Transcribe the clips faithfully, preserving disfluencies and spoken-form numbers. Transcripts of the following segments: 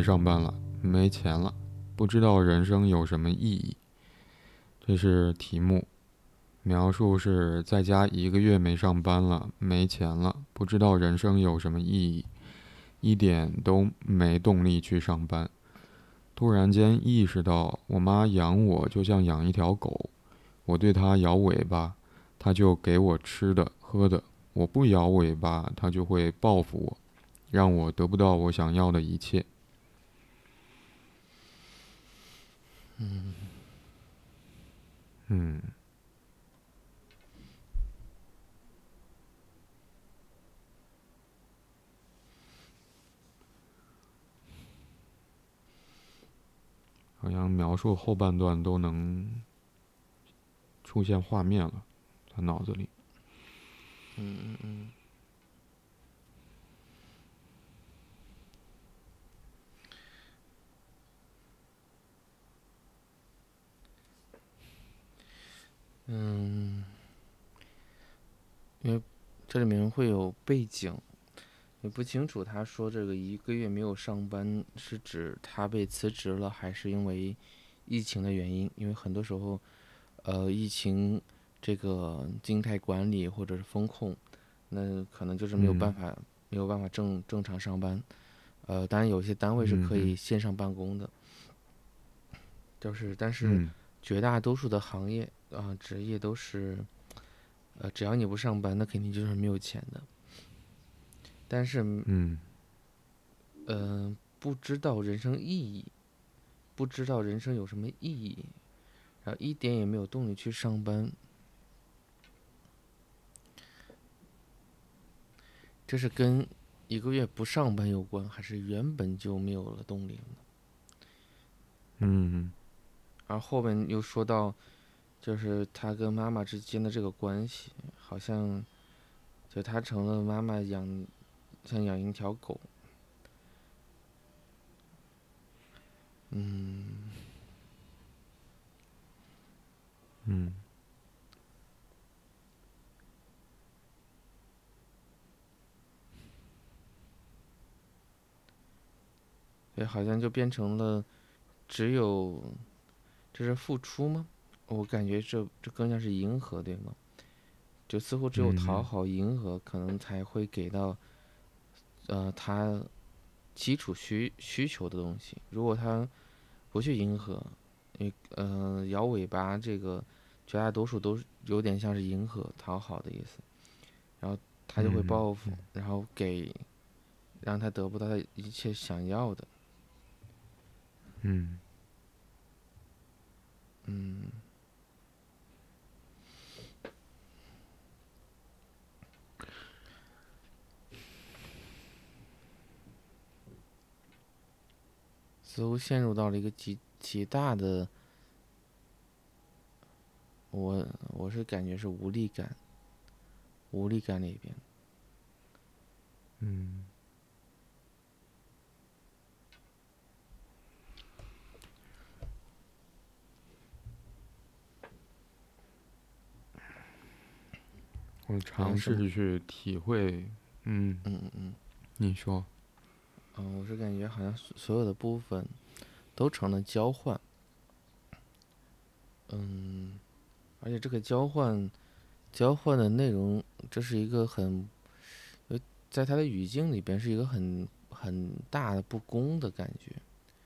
上班了，没钱了，不知道人生有什么意义。这是题目，描述是在家一个月没上班了，没钱了，不知道人生有什么意义，一点都没动力去上班。突然间意识到，我妈养我就像养一条狗，我对它摇尾巴，它就给我吃的喝的；我不摇尾巴，它就会报复我，让我得不到我想要的一切。嗯，好像描述后半段都能出现画面了，在脑子里。 嗯嗯嗯。嗯，因为这里面会有背景，也不清楚他说这个一个月没有上班是指他被辞职了，还是因为疫情的原因。因为很多时候，呃，疫情这个静态管理或者是风控，那可能就是没有办嗯法没有办法正正常上班。呃，当然有些单位是可以嗯嗯线上办公的，就是但是嗯绝大多数的行业啊、呃职业都是，呃，只要你不上班，那肯定就是没有钱的。但是，嗯、 嗯呃不知道人生意义，不知道人生有什么意义，然后一点也没有动力去上班，这是跟一个月不上班有关，还是原本就没有了动力了呢？ 嗯而后面又说到，就是他跟妈妈之间的这个关系，好像就他成了妈妈养像养一条狗。嗯， 嗯对，好像就变成了只有这是付出吗？我感觉这这更像是迎合，对吗？就似乎只有讨嗯好迎合，可能才会给到呃他基础需需求的东西。如果他不去迎合，你呃摇尾巴这个绝大多数都是有点像是迎合讨好的意思，然后他就会嗯报复，然后给让他得不到他一切想要的。 嗯嗯，似乎陷入到了一个极极大的，我我是感觉是无力感，无力感里边。 嗯，我尝好像什么， 试去体会。嗯， 嗯嗯嗯， 你说。 嗯，我是感觉好像所所有的部分都成了交换，嗯，而且这个交换交换的内容，这是一个很，呃，在他的语境里边是一个很很大的不公的感觉，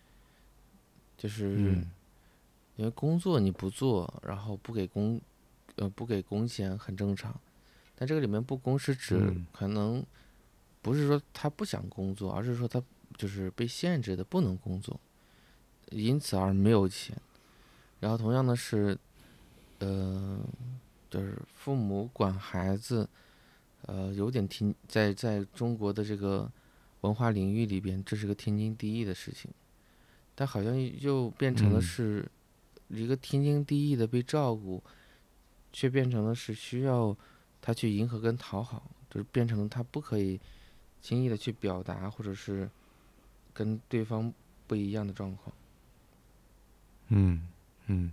就是嗯因为工作你不做，然后不给工，呃，不给工钱很正常，但这个里面不公是指嗯可能不是说他不想工作，而是说他就是被限制的不能工作，因此而没有钱。然后同样的是，呃，就是父母管孩子，呃，有点天在在中国的这个文化领域里边，这是个天经地义的事情，但好像又变成了嗯是一个天经地义的被照顾，却变成了是需要他去迎合跟讨好，就是变成了他不可以轻易的去表达，或者是跟对方不一样的状况。 嗯嗯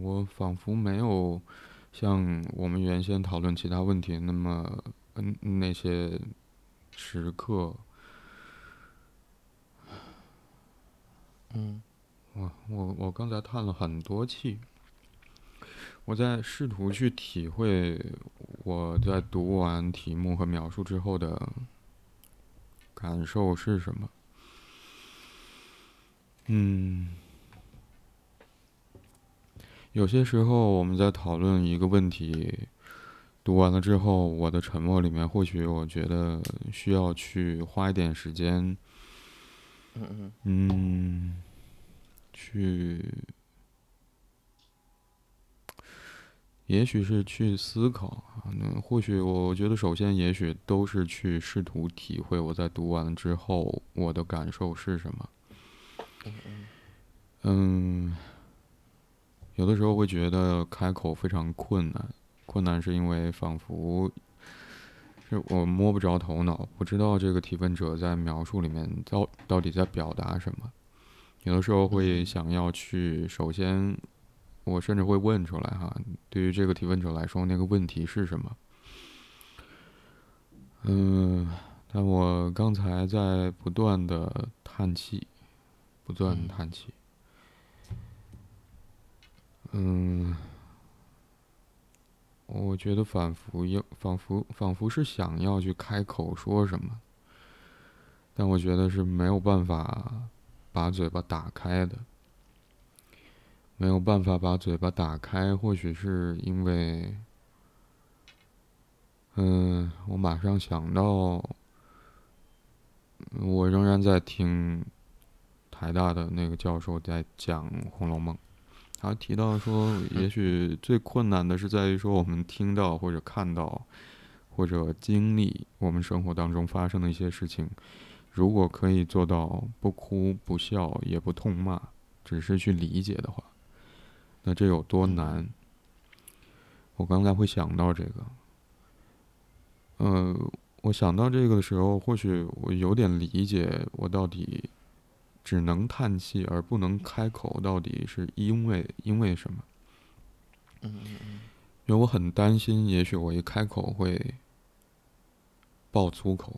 我仿佛没有像我们原先讨论其他问题那么，嗯，那些时刻， 嗯我我我刚才叹了很多气，我在试图去体会我在读完题目和描述之后的感受是什么。嗯，有些时候我们在讨论一个问题，读完了之后，我的沉默里面，或许我觉得需要去花一点时间， 嗯嗯嗯，去，也许是去思考啊。那或许我觉得，首先也许都是去试图体会我在读完了之后我的感受是什么。 嗯嗯嗯，有的时候会觉得开口非常困难，困难是因为仿佛是我摸不着头脑，不知道这个提问者在描述里面到到底在表达什么。有的时候会嗯想要去，首先我甚至会问出来哈，对于这个提问者来说，那个问题是什么？嗯，但我刚才在不断的叹气，不断地嗯叹气。嗯，我觉得仿佛要，仿佛仿佛是想要去开口说什么，但我觉得是没有办法把嘴巴打开的，没有办法把嘴巴打开，或许是因为，嗯，我马上想到，我仍然在听台大的那个教授在讲《红楼梦》，他提到说，也许最困难的是在于说，我们听到或者看到或者经历我们生活当中发生的一些事情，如果可以做到不哭不笑也不痛骂，只是去理解的话，那这有多难？我刚才会想到这个，呃，我想到这个的时候，或许我有点理解，我到底只能叹气而不能开口，到底是因为因为什么？ 嗯嗯嗯因为我很担心，也许我一开口会爆粗口，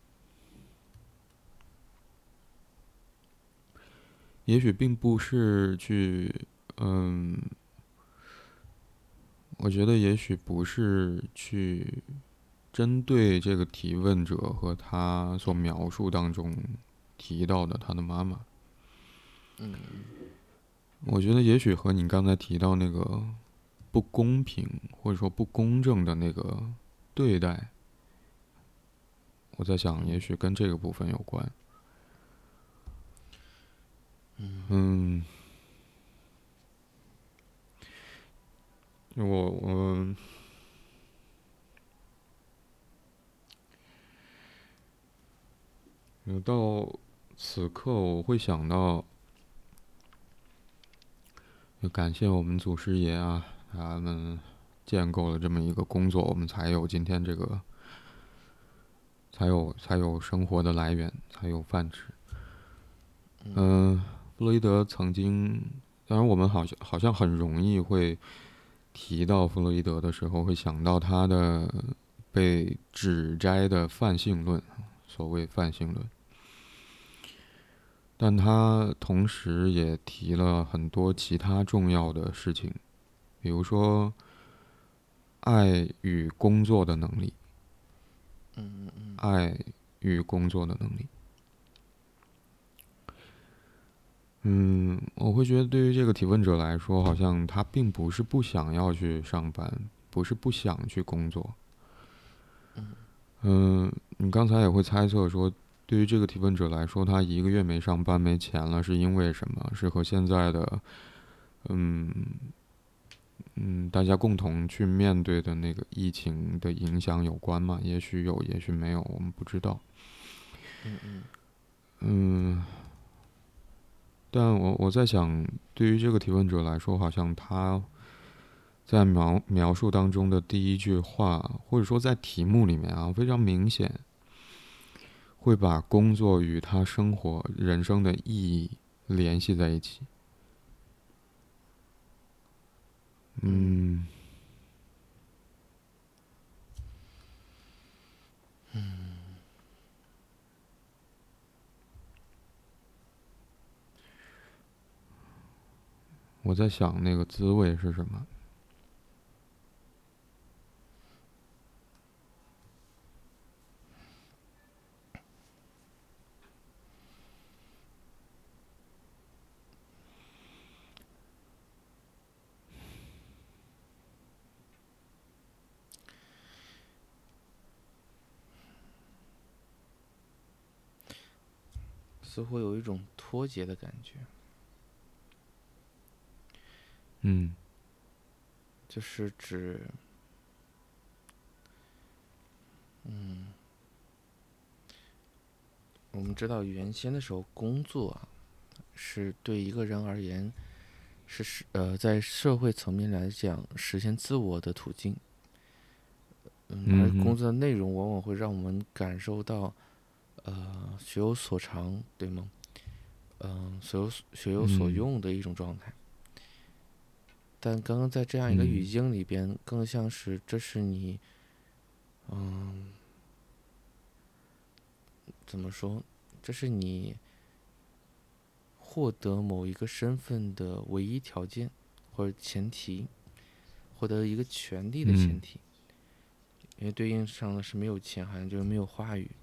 也许并不是去，嗯，我觉得也许不是去针对这个提问者和他所描述当中提到的他的妈妈， 嗯我觉得也许和你刚才提到那个不公平或者说不公正的那个对待，我在想，也许跟这个部分有关。嗯，我我有到此刻，我会想到，就感谢我们祖师爷啊，他们建构了这么一个工作，我们才有今天这个，才有才有生活的来源，才有饭吃。嗯、呃弗洛伊德曾经，当然我们好像好像很容易会提到弗洛伊德的时候，会想到他的被指摘的泛性论，所谓泛性论。但他同时也提了很多其他重要的事情，比如说爱与工作的能力， 嗯嗯爱与工作的能力。嗯，我会觉得对于这个提问者来说，好像他并不是不想要去上班，不是不想去工作。嗯，你刚才也会猜测说，对于这个提问者来说，他一个月没上班没钱了，是因为什么？是和现在的，嗯嗯，大家共同去面对的那个疫情的影响有关吗？也许有，也许没有，我们不知道。 嗯嗯嗯，但我我在想，对于这个提问者来说，好像他在描描述当中的第一句话，或者说在题目里面啊，非常明显会把工作与他生活、人生的意义联系在一起。 嗯我在想那个滋味是什么。 似乎有一种脱节的感觉， 嗯就是指，嗯，我们知道原先的时候，工作啊，是对一个人而言，是是呃，在社会层面来讲，实现自我的途径。嗯，而嗯哼工作的内容往往会让我们感受到，呃，学有所长，对吗？嗯、所有学有所嗯用的一种状态。但刚刚在这样一个语嗯境里边，更像是这是你，嗯，怎么说？这是你获得某一个身份的唯一条件或者前提，获得一个权利的前嗯提。因为对应上的是没有钱，好像就是没有话语。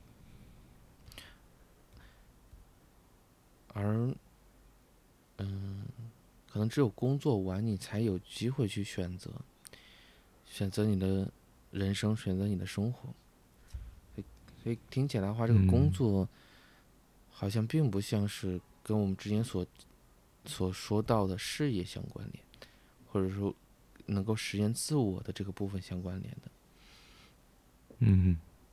而嗯，可能只有工作完，你才有机会去选择，选择你的人生，选择你的生活。所以听起来的话，这个工嗯作好像并不像是跟我们之前所所说到的事业相关联，或者说能够实现自我的这个部分相关联的。 嗯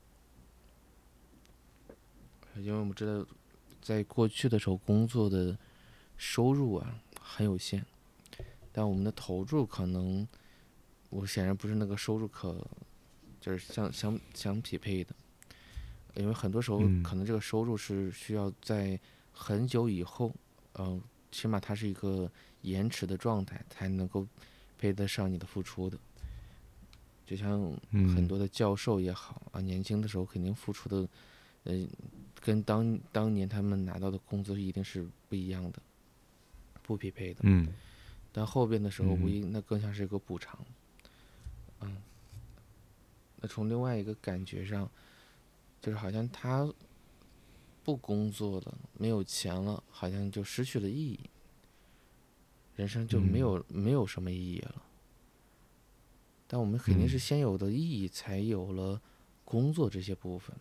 因为我们知道，在过去的时候，工作的收入啊很有限，但我们的投入可能，我显然不是那个收入可就是相相相匹配的。因为很多时候嗯可能这个收入是需要在很久以后，嗯、起码它是一个延迟的状态，才能够配得上你的付出的。就像很嗯多的教授也好啊，年轻的时候肯定付出的，呃，跟当当年他们拿到的工资一定是不一样的，不匹配的。 嗯但后边的时候，无嗯疑那更像是一个补偿。嗯，那从另外一个感觉上，就是好像他不工作了，没有钱了，好像就失去了意义，人生就没嗯有没有什么意义了。但我们肯定是嗯先有的意义，才有了工作这些部分。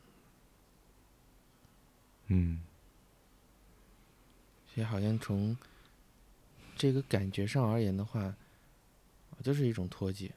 嗯所以好像从这个感觉上而言的话，就是一种脱节。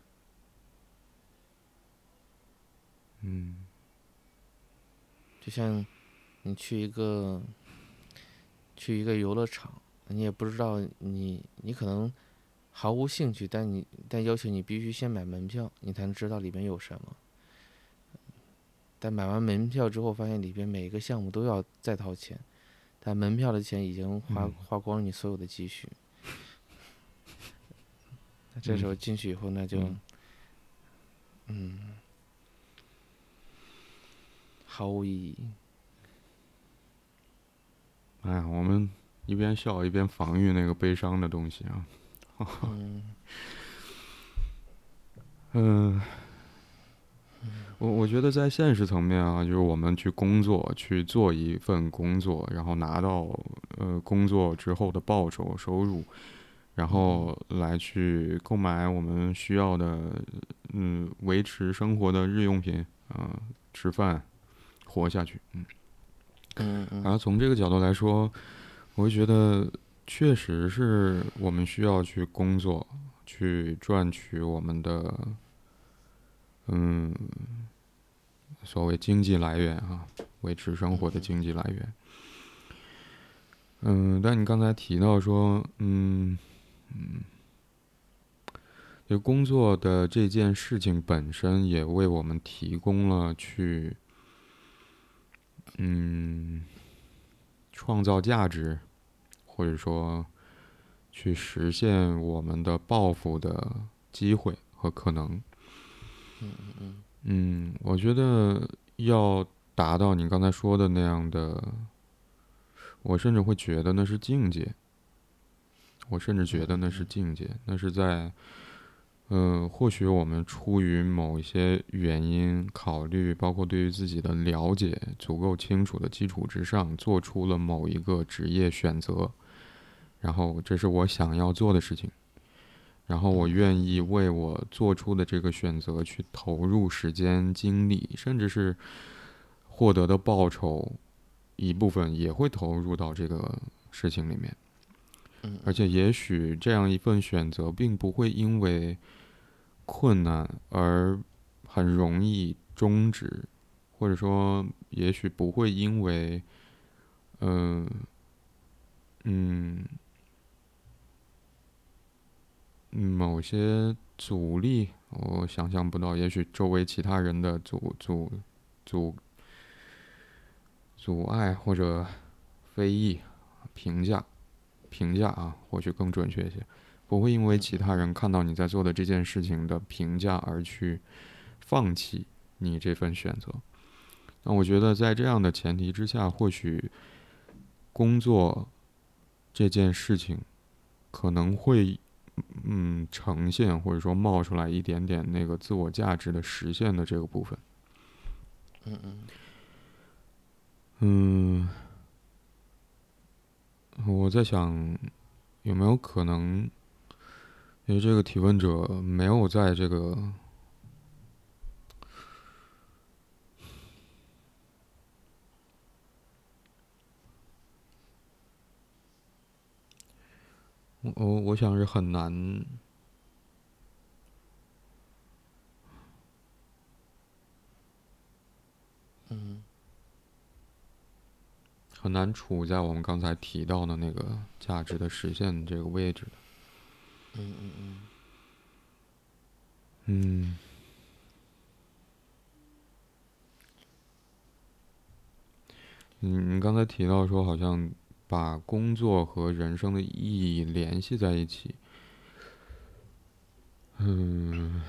嗯就像你去一个去一个游乐场，你也不知道你你可能毫无兴趣，但你但要求你必须先买门票，你才能知道里边有什么。但买完门票之后，发现里边每一个项目都要再掏钱，但门票的钱已经花嗯花光了你所有的积蓄。那这时候嗯进去以后，那就嗯嗯毫无意义。 哎呀，我们一边笑一边防御那个悲伤的东西啊。 嗯嗯，我我觉得在现实层面啊，就是我们去工作，去做一份工作，然后拿到呃工作之后的报酬收入，然嗯后来去购买我们需要的嗯维持生活的日用品啊、呃吃饭活下去。嗯， 嗯嗯然后从这个角度来说，我会觉得确实是我们需要去工作，去赚取我们的嗯所谓经济来源啊，维持生活的经济来源。嗯，但你刚才提到说，嗯嗯，就工作的这件事情本身也为我们提供了去嗯创造价值，或者说去实现我们的抱负的机会和可能。 嗯嗯嗯嗯，我觉得要达到你刚才说的那样的，我甚至会觉得那是境界。我甚至觉得那是境界，那是在，呃，或许我们出于某一些原因考虑，包括对于自己的了解足够清楚的基础之上，做出了某一个职业选择，然后这是我想要做的事情，然后我愿意为我做出的这个选择去投入时间、精力，甚至是获得的报酬一部分也会投入到这个事情里面。而且也许这样一份选择并不会因为困难而很容易终止，或者说也许不会因为嗯、呃、嗯某些阻力，我想象不到，也许周围其他人的阻阻阻阻碍或者非议评价评价啊，或许更准确一些，不会因为其他人看到你在做的这件事情的评价而去放弃你这份选择。那我觉得在这样的前提之下，或许工作这件事情可能会嗯呈现或者说冒出来一点点那个自我价值的实现的这个部分。 嗯嗯嗯，我在想有没有可能，因为这个提问者没有在这个我我想是很难嗯很难处在我们刚才提到的那个价值的实现这个位置的。 嗯嗯嗯嗯，你你刚才提到说，好像把工作和人生的意义联系在一起。嗯，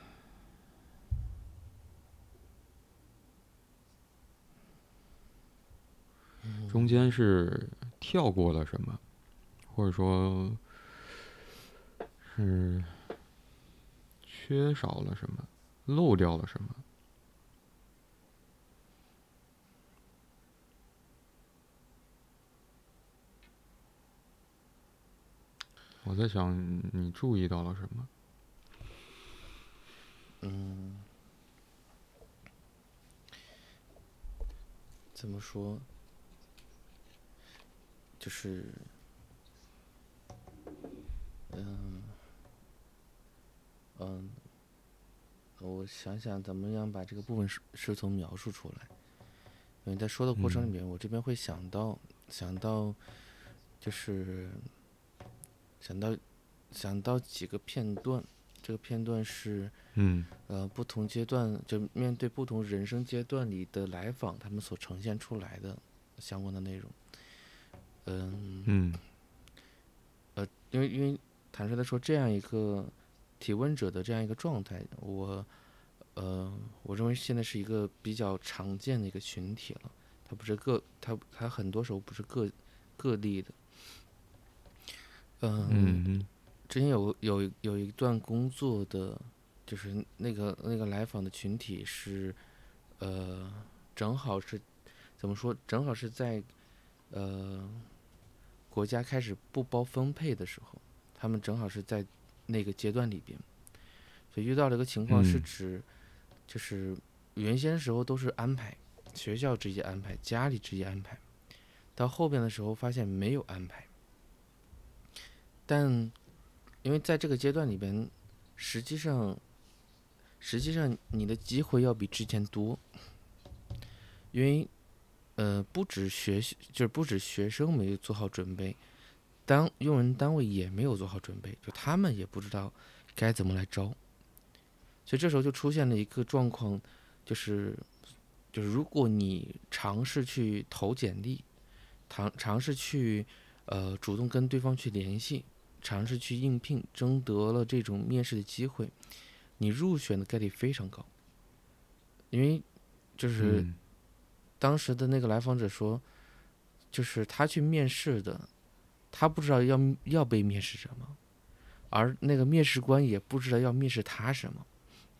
中间是跳过了什么，或者说是缺少了什么，漏掉了什么？我在想，你注意到了什么？ 嗯，怎么说？就是嗯嗯，我想想怎么样把这个部分是是从描述出来。因为在说的过程里嗯面，我这边会想到想到就是想到想到几个片段，这个片段是嗯呃不同阶段就面对不同人生阶段里的来访，他们所呈现出来的相关的内容。嗯嗯呃，因为因为坦率的说，这样一个提问者的这样一个状态，我呃我认为现在是一个比较常见的一个群体了，它不是个它它很多时候不是个个例的。嗯， 嗯之前有有有一段工作的，就是那个那个来访的群体是，呃，正好是怎么说？正好是在呃国家开始不包分配的时候，他们正好是在那个阶段里边，所以遇到了一个情况是嗯指，就是原先时候都是安排，学校直接安排，家里直接安排，到后边的时候发现没有安排，但因为在这个阶段里边，实际上实际上你的机会要比之前多，因为呃不止学就是不止学生没有做好准备，单用人单位也没有做好准备，就他们也不知道该怎么来招，所以这时候就出现了一个状况，就是就是如果你尝试去投简历，尝尝试去呃主动跟对方去联系， 尝试去应聘，争得了这种面试的机会，你入选的概率非常高。因为就是嗯当时的那个来访者说，就是他去面试的，他不知道要要被面试什么，而那个面试官也不知道要面试他什么，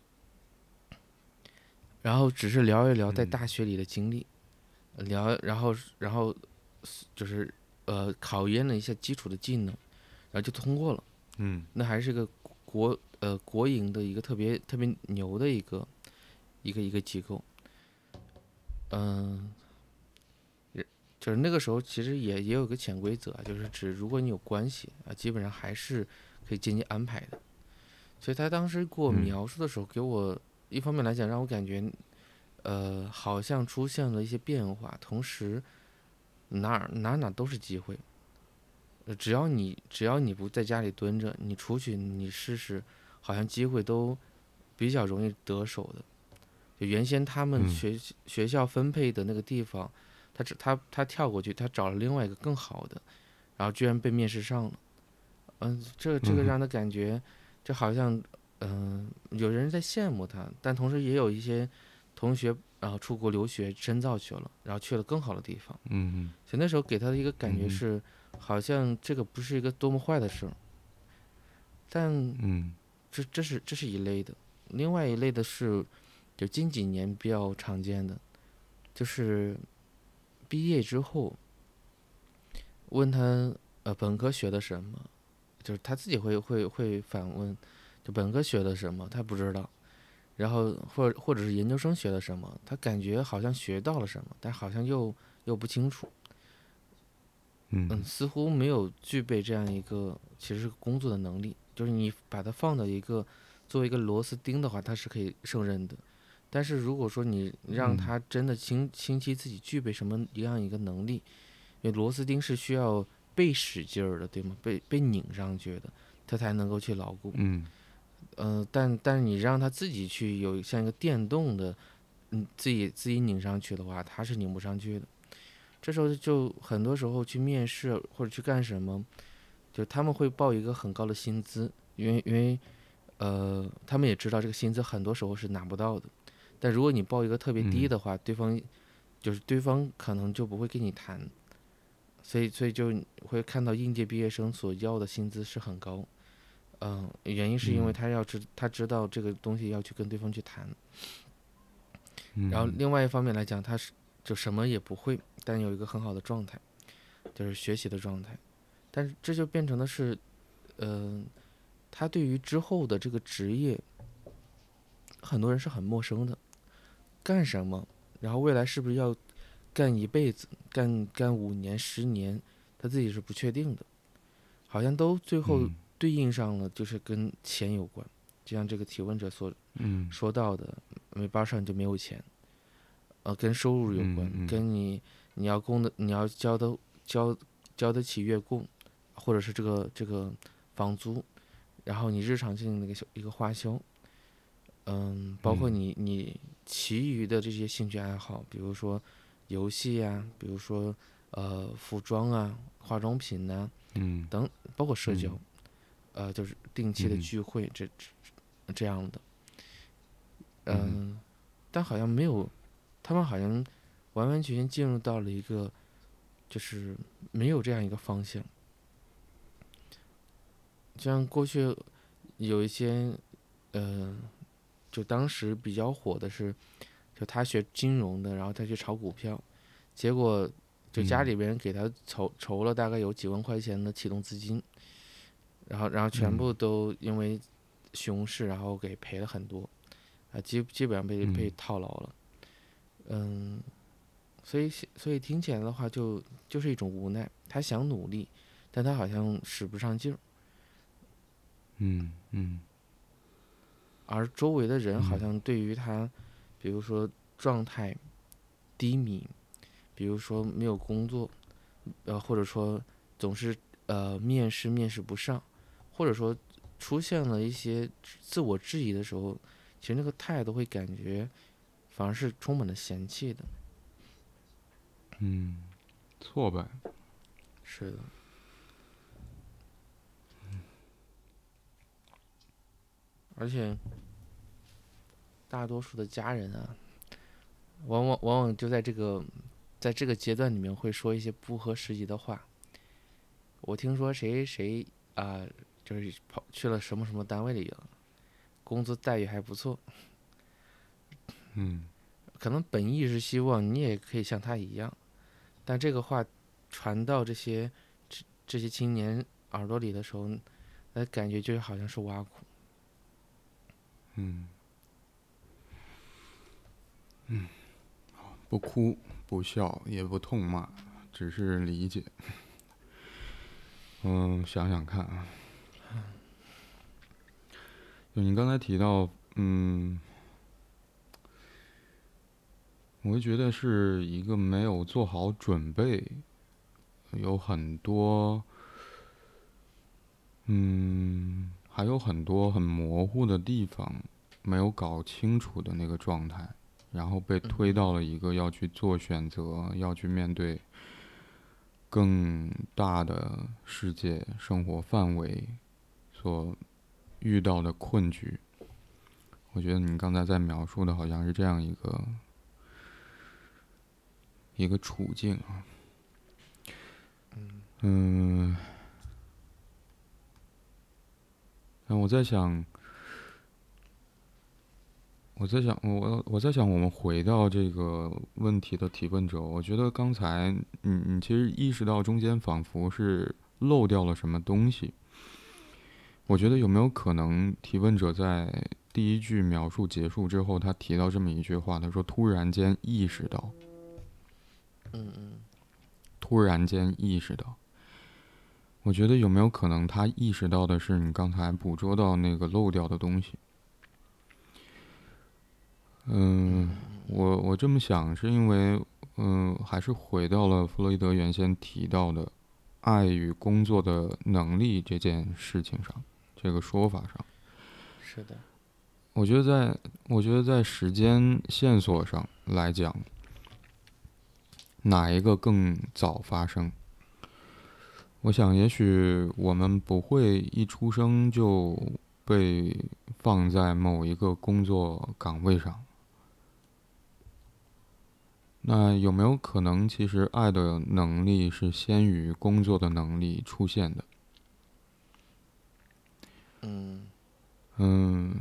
然后只是聊一聊在嗯大学里的经历，聊，然后然后就是呃考验了一下基础的技能，然后就通过了。 嗯那还是个国呃国营的一个特别特别牛的一个一个一个机构，嗯、也就是那个时候其实也也有个潜规则啊，就是指如果你有关系啊，基本上还是可以进行安排的。所以他当时给我嗯描述的时候，给我一方面来讲让我感觉，呃，好像出现了一些变化，同时哪儿哪儿哪儿都是机会。呃只要你只要你不在家里蹲着，你出去你试试，好像机会都比较容易得手的。就原先他们嗯学学校分配的那个地方，他只他他跳过去，他找了另外一个更好的，然后居然被面试上了。嗯，这这个嗯让他感觉，就好像嗯、有人在羡慕他，但同时也有一些同学然后出国留学深造去了，然后去了更好的地方。 嗯所以那时候给他的一个感觉嗯是，好像这个不是一个多么坏的事儿，但嗯这这是这是一类的。另外一类的是，就近几年比较常见的，就是毕业之后问他呃本科学的什么，就是他自己会会会反问，就本科学的什么他不知道，然后或者或者是研究生学的什么，他感觉好像学到了什么，但好像又又不清楚。嗯， 嗯似乎没有具备这样一个其实是工作的能力。就是你把它放到一个作为一个螺丝钉的话，它是可以胜任的。但是如果说你让嗯他真的清清晰自己具备什么一样一个能力，因为螺丝钉是需要被使劲儿的，对吗？被被拧上去的，它才能够去牢固。 嗯嗯、呃，但但是你让他自己去有像一个电动的，嗯，自己自己拧上去的话，他是拧不上去的。这时候就很多时候去面试或者去干什么，就他们会报一个很高的薪资，因为因为呃，他们也知道这个薪资很多时候是拿不到的。但如果你报一个特别低嗯的话，对方就是对方可能就不会跟你谈，所以所以就会看到应届毕业生所要的薪资是很高。嗯、原因是因为嗯他要知他知道这个东西要去跟对方去谈，然后嗯另外一方面来讲，他是就什么也不会，但有一个很好的状态，就是学习的状态。但是这就变成的是，嗯、他对于之后的这个职业，很多人是很陌生的，干什么，然后未来是不是要干一辈子，干干五年、十年，他自己是不确定的，好像都最后嗯对应上了，就是跟钱有关。就像这个提问者所嗯说到的，没班上就没有钱，呃，跟收入有关， 嗯跟你你要供的，你要交的交交得起月供，或者是这个这个房租，然后你日常性的一个小一个花销，嗯，包括嗯你你其余的这些兴趣爱好，比如说游戏呀，比如说呃服装啊、化妆品呐、 嗯等，包括社交， 嗯呃，就是定期的嗯聚会这这这样的， 嗯嗯，但好像没有，他们好像完完全全进入到了一个就是没有这样一个方向，像过去有一些，呃，就当时比较火的是，就他学金融的，然后他去炒股票，结果就家嗯里边人给他筹筹了大概有几万块钱的启动资金，然后然后全嗯部都因为熊市，然后给赔了很多，啊，基基本上被被嗯套牢了，嗯，所以所以听起来的话就就是一种无奈，他想努力，但他好像使不上劲儿， 嗯嗯而周围的人好嗯像对于他，比如说状态低迷，比如说没有工作，呃，或者说总是呃面试面试不上，或者说出现了一些自我质疑的时候，其实那个态度会感觉反而是充满了嫌弃的。 嗯，挫败。 是的， 而且大多数的家人啊，往往往往就在这个在这个阶段里面会说一些不合时宜的话。我听说谁谁啊、呃就是跑去了什么什么单位里了，工资待遇还不错。 嗯可能本意是希望你也可以像他一样，但这个话传到这些这这些青年耳朵里的时候，那感觉就好像是挖苦。 嗯不哭不笑也不痛骂，只是理解。嗯，想想看啊，就你刚才提到，嗯，我会觉得是一个没有做好准备，有很多，嗯，还有很多很模糊的地方没有搞清楚的那个状态，然后被推到了一个要去做选择，要去面对更大的世界生活范围所遇到的困局。我觉得你刚才在描述的好像是这样一个一个处境啊。嗯，但我在想，我在想，我我在想，我们回到这个问题的提问者，我觉得刚才你你其实意识到中间仿佛是漏掉了什么东西。我觉得有没有可能提问者在第一句描述结束之后，他提到这么一句话，他说突然间意识到， 嗯嗯突然间意识到。我觉得有没有可能他意识到的是你刚才捕捉到那个漏掉的东西？嗯，我我这么想是因为，嗯，还是回到了弗洛伊德原先提到的爱与工作的能力这件事情上，这个说法上。 是的。 我觉得在，我觉得在时间线索上来讲，哪一个更早发生？我想，也许我们不会一出生就被放在某一个工作岗位上。那有没有可能，其实爱的能力是先于工作的能力出现的？ 嗯嗯，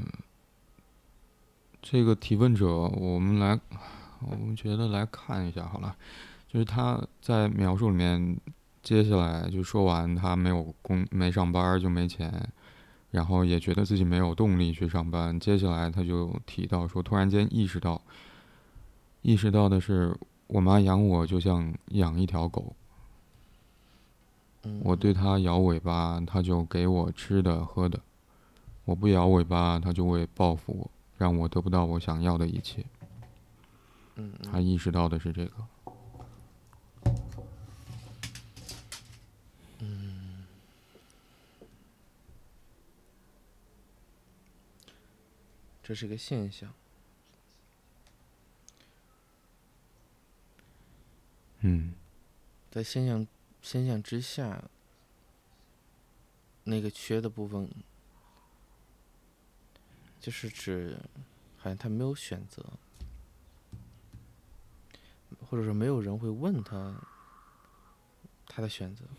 这个提问者，我们来，我们觉得来看一下好了。就是他在描述里面，接下来就说完他没有工没上班就没钱，然后也觉得自己没有动力去上班。接下来他就提到说，突然间意识到，意识到的是，我妈养我就像养一条狗， 嗯我对它摇尾巴，它就给我吃的喝的；我不摇尾巴，它就会报复我，让我得不到我想要的一切。 嗯嗯， 他意识到的是这个。 这是个现象。 嗯在现象现象之下，那个缺的部分，就是指好像他没有选择，或者说没有人会问他他的选择。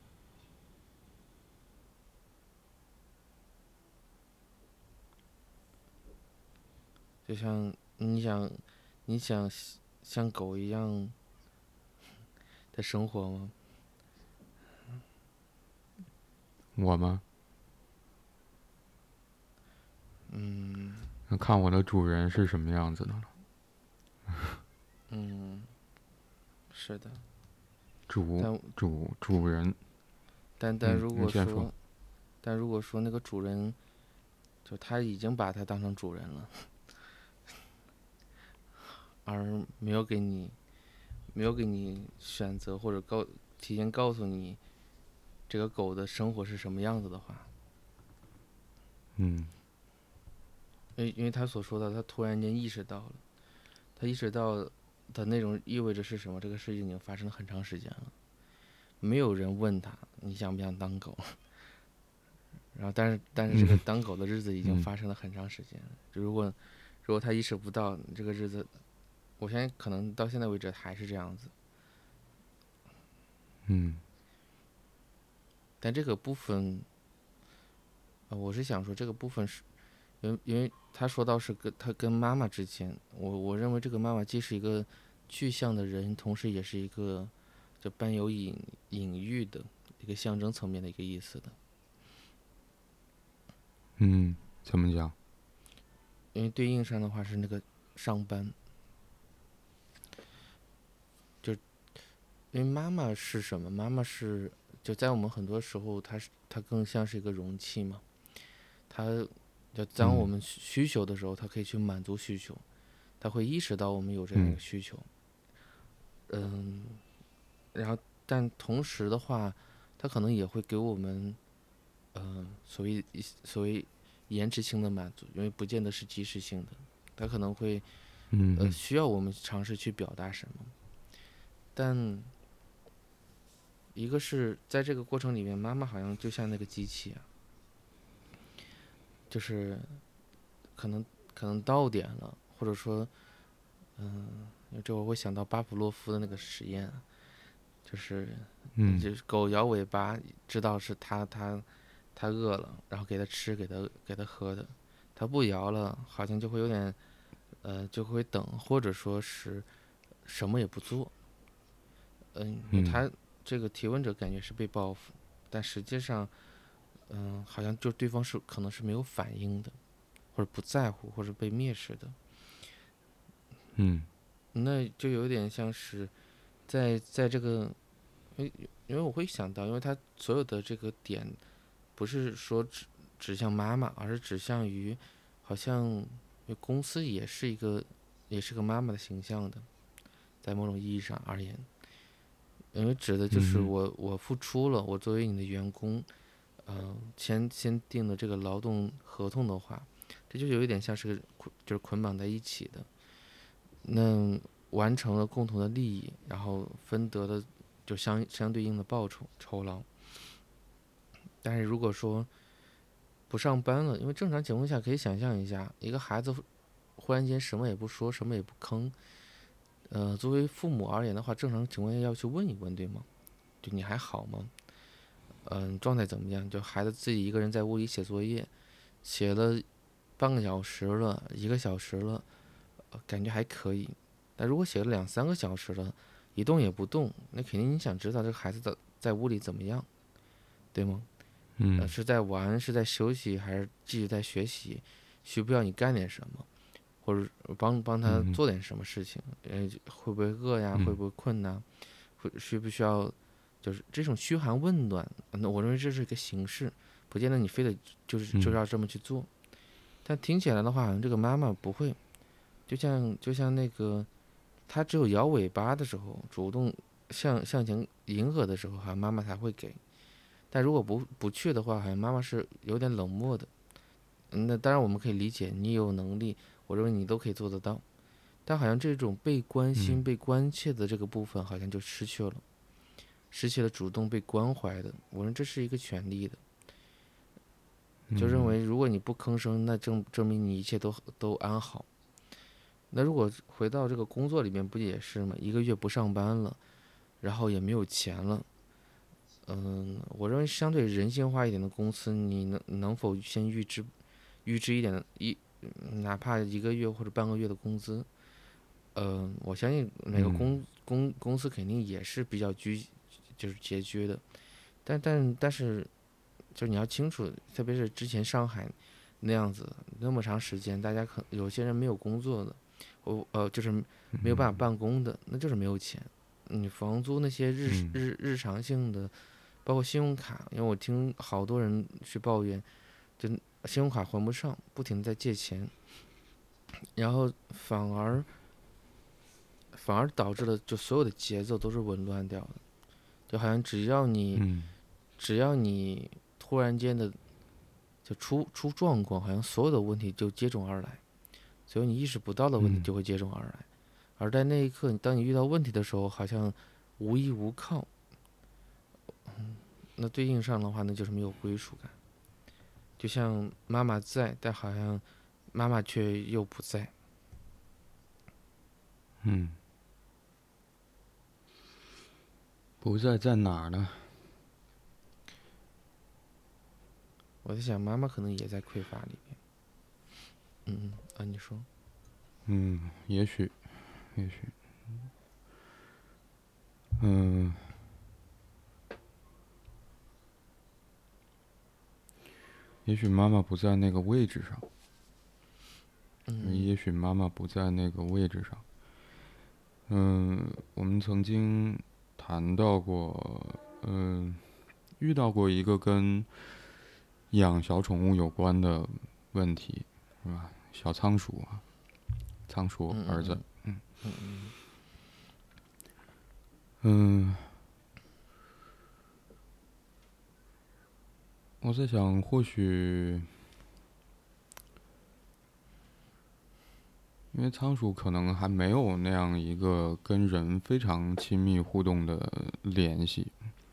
就像你想，你想像狗一样的生活吗？ 我吗？ 嗯那看我的主人是什么样子的了。 嗯，是的。 主但主主人。嗯， 但但如你先说。 果说，但如果说那个主人，就他已经把他当成主人了，而没有给你没有给你选择或者告提前告诉你这个狗的生活是什么样子的话， 嗯因为因为他所说的，他突然间意识到了，他意识到的内容意味着是什么？这个事情已经发生了很长时间了，没有人问他你想不想当狗， 然后但是但是这个当狗的日子已经发生了很长时间了。如果如果他意识不到这个日子，我相信可能到现在为止还是这样子。 嗯但这个部分，呃，我是想说这个部分是，因为因为他说到是跟他跟妈妈之间，我我认为这个妈妈既是一个具象的人，同时也是一个就伴有隐隐喻的一个象征层面的一个意思的。 嗯，怎么讲？ 因为对应上的话是那个上班，就因为妈妈是什么？妈妈是就在我们很多时候，它是它更像是一个容器嘛。它就当我嗯们需需求的时候，它可以去满足需求，它会意识到我们有这样一嗯个需求。嗯，然后但同时的话，它可能也会给我们，嗯、所谓所谓延迟性的满足，因为不见得是及时性的，它可能会呃嗯嗯需要我们尝试去表达什么。但一个是在这个过程里面，妈妈好像就像那个机器啊，就是可能可能到点了，或者说，嗯，这我会想到巴甫洛夫的那个实验啊，就是嗯就是狗摇尾巴，知道是它它它饿了，然后给它吃给它给它喝的，它不摇了，好像就会有点呃就会等，或者说是什么也不做。嗯， 嗯他这个提问者感觉是被报复，但实际上，嗯，好像就对方是可能是没有反应的，或者不在乎，或者被蔑视的。 嗯那就有点像是在在这个，因为因为我会想到，因为他所有的这个点不是说指指向妈妈，而是指向于好像因为公司也是一个也是个妈妈的形象的，在某种意义上而言。因为指的就是嗯我我付出了，我作为你的员工，呃，签签订的这个劳动合同的话，这就有一点像是个捆就是捆绑在一起的。那完成了共同的利益，然后分得了就相相对应的报酬酬劳。但是如果说不上班了，因为正常情况下可以想象一下，一个孩子忽然间什么也不说，什么也不吭，呃，作为父母而言的话，正常情况下要去问一问，对吗？就你还好吗？嗯，状态怎么样？就孩子自己一个人在屋里写作业，写了半个小时了，一个小时了，呃感觉还可以。但如果写了两三个小时了，一动也不动，那肯定你想知道这个孩子的在屋里怎么样，对吗？呃， 嗯是在玩，是在休息，还是继续在学习？需不需要你干点什么，或者帮帮他嗯做点什么事情？呃，会不会饿呀？会嗯不会困呐？会需不需要？就是这种嘘寒问暖，那我认为这是一个形式，不见得你非得就是就嗯要这么去做。但听起来的话，好像这个妈妈不会，就像就像那个，她只有摇尾巴的时候，主动向向前迎合的时候，好像妈妈才会给。但如果不不去的话，好像妈妈是有点冷漠的。嗯那当然我们可以理解，你有能力，我认为你都可以做得到。但好像这种被关心、 嗯被关切的这个部分，好像就失去了。失去了主动被关怀的，我认为这是一个权利的，就认嗯为如果你不吭声，那证证明你一切都都安好。那如果回到这个工作里面，不也是吗？一个月不上班了，然后也没有钱了，嗯，我认为相对人性化一点的公司，你能能否先预支预支一点的一，哪怕一个月或者半个月的工资？嗯，我相信每个嗯公公公司肯定也是比较拘，就是拮据的。但但但是，就是你要清楚，特别是之前上海那样子那么长时间，大家可有些人没有工作的，我呃就是没有办法办公的，那就是没有钱。你房租那些日嗯日日常性的，包括信用卡，因为我听好多人去抱怨，就信用卡还不上，不停地在借钱，然后反而反而导致了就所有的节奏都是紊乱掉的，就好像只要你嗯只要你突然间的就出出状况，好像所有的问题就接踵而来，所有你意识不到的问题嗯就会接踵而来，而在那一刻，当你遇到问题的时候，好像无依无靠，那对应上的话，那就是没有归属感。 就像妈妈在，但好像妈妈却又不在。 嗯，不在在哪儿呢？ 我在想，妈妈可能也在匮乏里边。嗯嗯啊，你说。 嗯，也许，也许，嗯，也许妈妈不在那个位置上，也嗯许妈妈不在那个位置上。嗯，我们曾经谈到过，嗯，遇到过一个跟养小宠物有关的问题，是吧？小仓鼠啊，仓鼠儿子， 嗯嗯嗯嗯嗯嗯，我在想，或许因为仓鼠可能还没有那样一个跟人非常亲密互动的联系，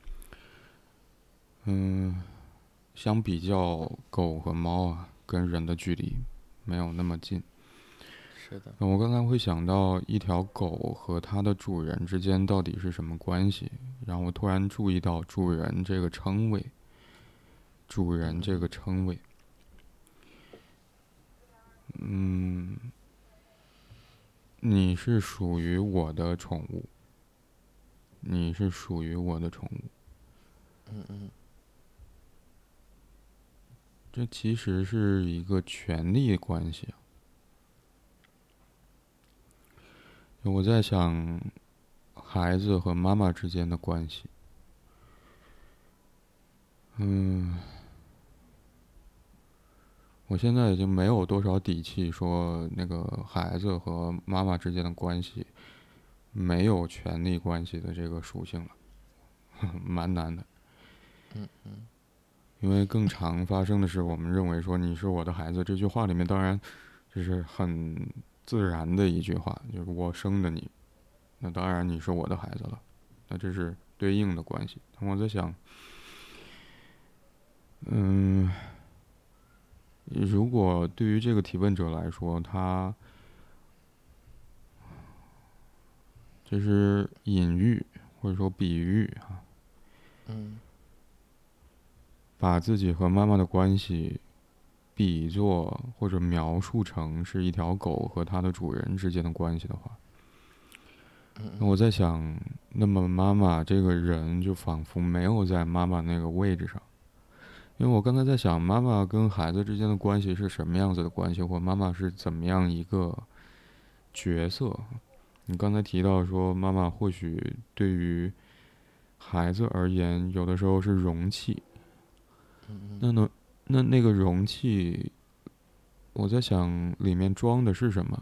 嗯，相比较狗和猫啊，跟人的距离没有那么近。 是的。 我刚才会想到一条狗和它的主人之间到底是什么关系，然后我突然注意到主人这个称谓，主人这个称谓，嗯，你是属于我的宠物，你是属于我的宠物， 嗯嗯这其实是一个权利关系啊。我在想，孩子和妈妈之间的关系，嗯，我现在已经没有多少底气说那个孩子和妈妈之间的关系没有权利关系的这个属性了，蛮难的。 嗯嗯因为更常发生的是，我们认为说你是我的孩子这句话里面，当然这是很自然的一句话，就是我生的你，那当然你是我的孩子了，那这是对应的关系。我在想，嗯，如果对于这个提问者来说，他这是隐喻或者说比喻啊， 嗯把自己和妈妈的关系比作或者描述成是一条狗和它的主人之间的关系的话，那我在想，那么妈妈这个人就仿佛没有在妈妈那个位置上，因为我刚才在想，妈妈跟孩子之间的关系是什么样子的关系，或妈妈是怎么样一个角色。你刚才提到说，妈妈或许对于孩子而言，有的时候是容器。那呢，那那个容器，我在想里面装的是什么？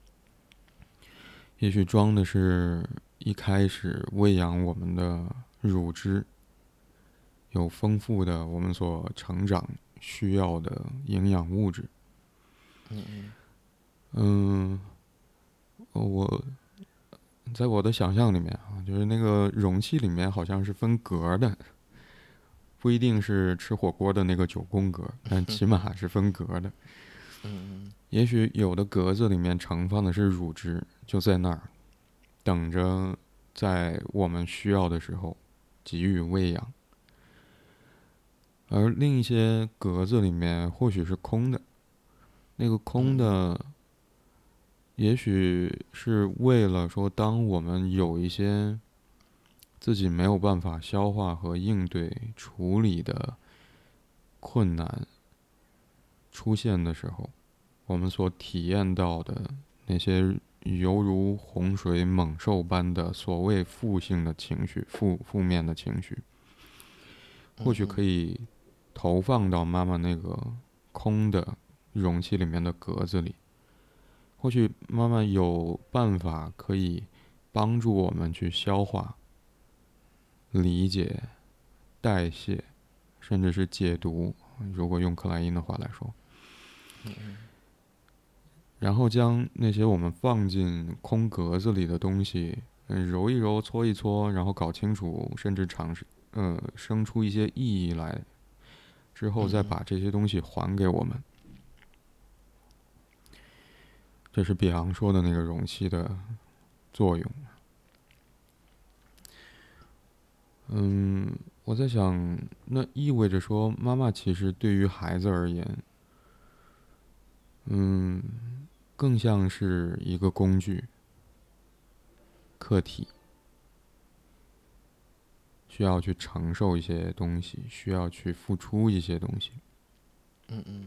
也许装的是一开始喂养我们的乳汁，有丰富的我们所成长需要的营养物质。 嗯嗯嗯，我在我的想象里面啊，就是那个容器里面好像是分格的，不一定是吃火锅的那个九宫格，但起码是分格的。 嗯也许有的格子里面盛放的是乳汁，就在那儿等着，在我们需要的时候给予喂养；而另一些格子里面或许是空的，那个空的，也许是为了说，当我们有一些自己没有办法消化和应对处理的困难出现的时候，我们所体验到的那些犹如洪水猛兽般的所谓负性的情绪、负负面的情绪，或许可以投放到妈妈那个空的容器里面的格子里。或许妈妈有办法可以帮助我们去消化、理解、代谢，甚至是解读，如果用克莱因的话来说。然后将那些我们放进空格子里的东西，嗯，揉一揉、搓一搓，然后搞清楚，甚至尝试，呃，生出一些意义来， 之后再把这些东西还给我们。这是比昂说的那个容器的作用。嗯，我在想，那意味着说，妈妈其实对于孩子而言，嗯，更像是一个工具、客体，需要去承受一些东西，需要去付出一些东西。 嗯嗯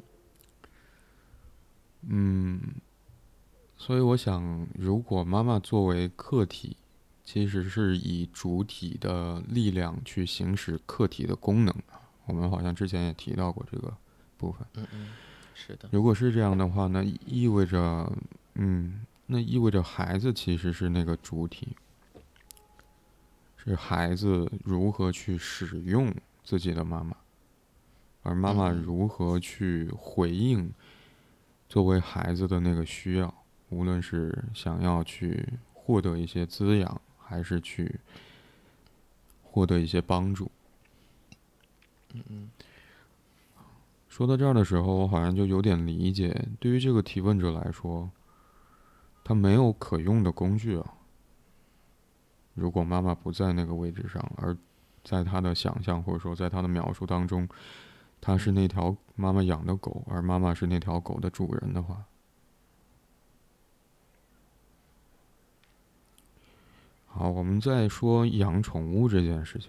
嗯，所以我想，如果妈妈作为客体，其实是以主体的力量去行使客体的功能的。我们好像之前也提到过这个部分。 嗯嗯，是的。 如果是这样的话，那意味着，嗯，那意味着孩子其实是那个主体，是孩子如何去使用自己的妈妈，而妈妈嗯如何去回应作为孩子的那个需要，无论是想要去获得一些滋养，还是去获得一些帮助。 嗯嗯说到这儿的时候，我好像就有点理解，对于这个提问者来说，他没有可用的工具啊。如果妈妈不在那个位置上，而在他的想象或者说在他的描述当中，他是那条妈妈养的狗，而妈妈是那条狗的主人的话，好，我们再说养宠物这件事情。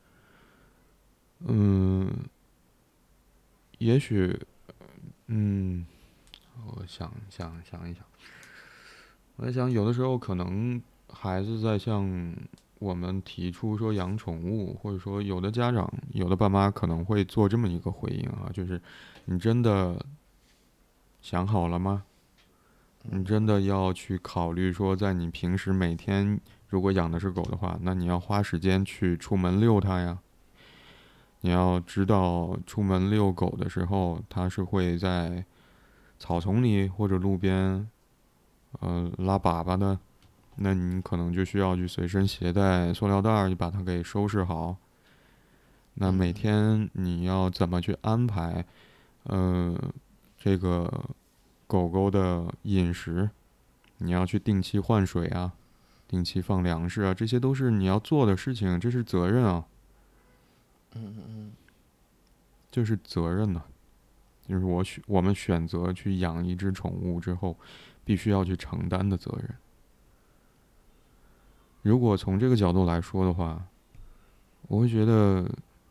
嗯，也许，嗯，我想想想一想，我在想，有的时候可能孩子在向我们提出说养宠物，或者说有的家长、有的爸妈可能会做这么一个回应啊，就是你真的想好了吗？你真的要去考虑说，在你平时每天如果养的是狗的话，那你要花时间去出门遛它呀。你要知道，出门遛狗的时候，它是会在草丛里或者路边，呃，拉粑粑的。那你可能就需要去随身携带塑料袋儿，就把它给收拾好。那每天你要怎么去安排，呃，这个狗狗的饮食？你要去定期换水啊，定期放粮食啊，这些都是你要做的事情，这是责任啊， 嗯嗯嗯这是责任呢、就是我选我们选择去养一只宠物之后，必须要去承担的责任。如果从这个角度来说的话，我会觉得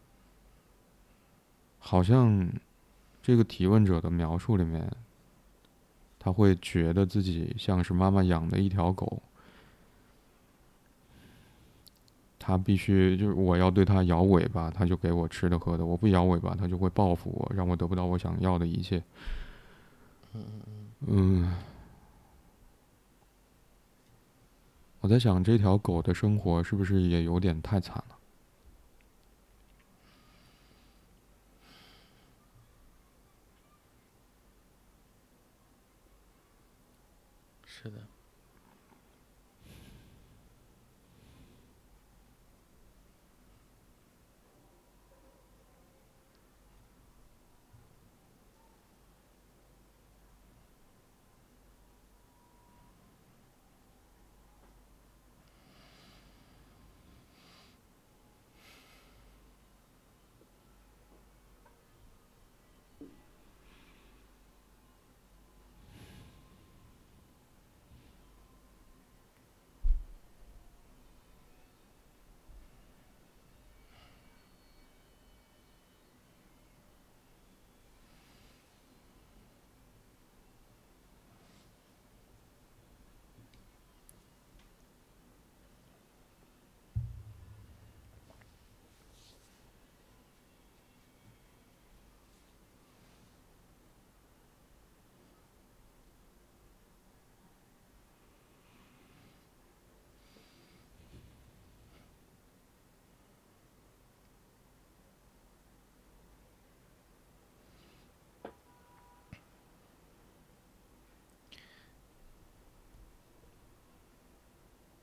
好像这个提问者的描述里面，他会觉得自己像是妈妈养的一条狗，他必须就是我要对它摇尾巴，它就给我吃的喝的；我不摇尾巴，它就会报复我，让我得不到我想要的一切。 嗯嗯嗯， 嗯，我在想这条狗的生活是不是也有点太惨了？ 是的。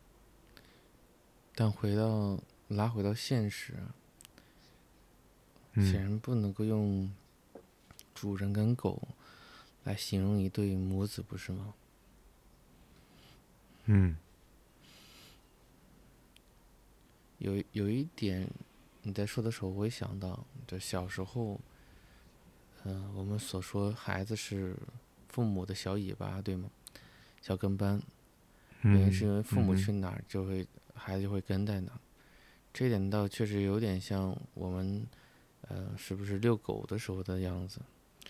但回到拉回到现实， 显嗯然不能够用主人跟狗来形容一对母子，不是吗？ 嗯有有一点你在说的时候，我会想到，就小时候，嗯、呃我们所说孩子是父母的小尾巴，对吗？小跟班，原因是嗯因为父母去嗯哪儿，就会孩子就会跟在哪儿。这一点倒确实有点像我们，呃，是不是遛狗的时候的样子？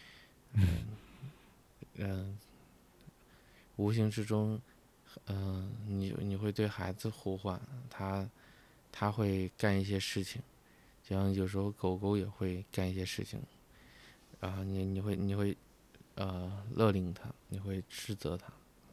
嗯、无形之中，嗯、你你会对孩子呼唤，他他会干一些事情，就像有时候狗狗也会干一些事情，然后你你会你会呃勒令它，你会斥责它，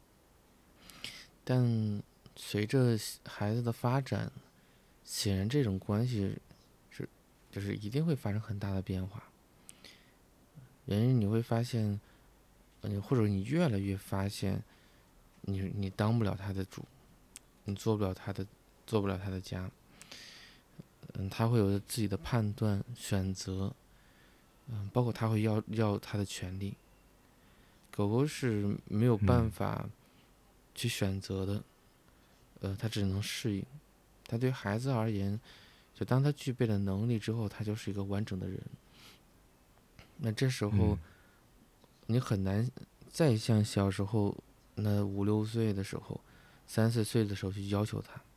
但随着孩子的发展，显然这种关系是就是一定会发生很大的变化。原因你会发现，呃，或者你越来越发现，你你当不了他的主，你做不了他的，做不了他的家。嗯，他会有自己的判断、选择，嗯，包括他会要要他的权利。狗狗是没有办嗯法去选择的，呃，它只能适应。它对孩子而言，就当他具备了能力之后，他就是一个完整的人。那这时候嗯你很难再像小时候那五六岁的时候、三四岁的时候去要求他。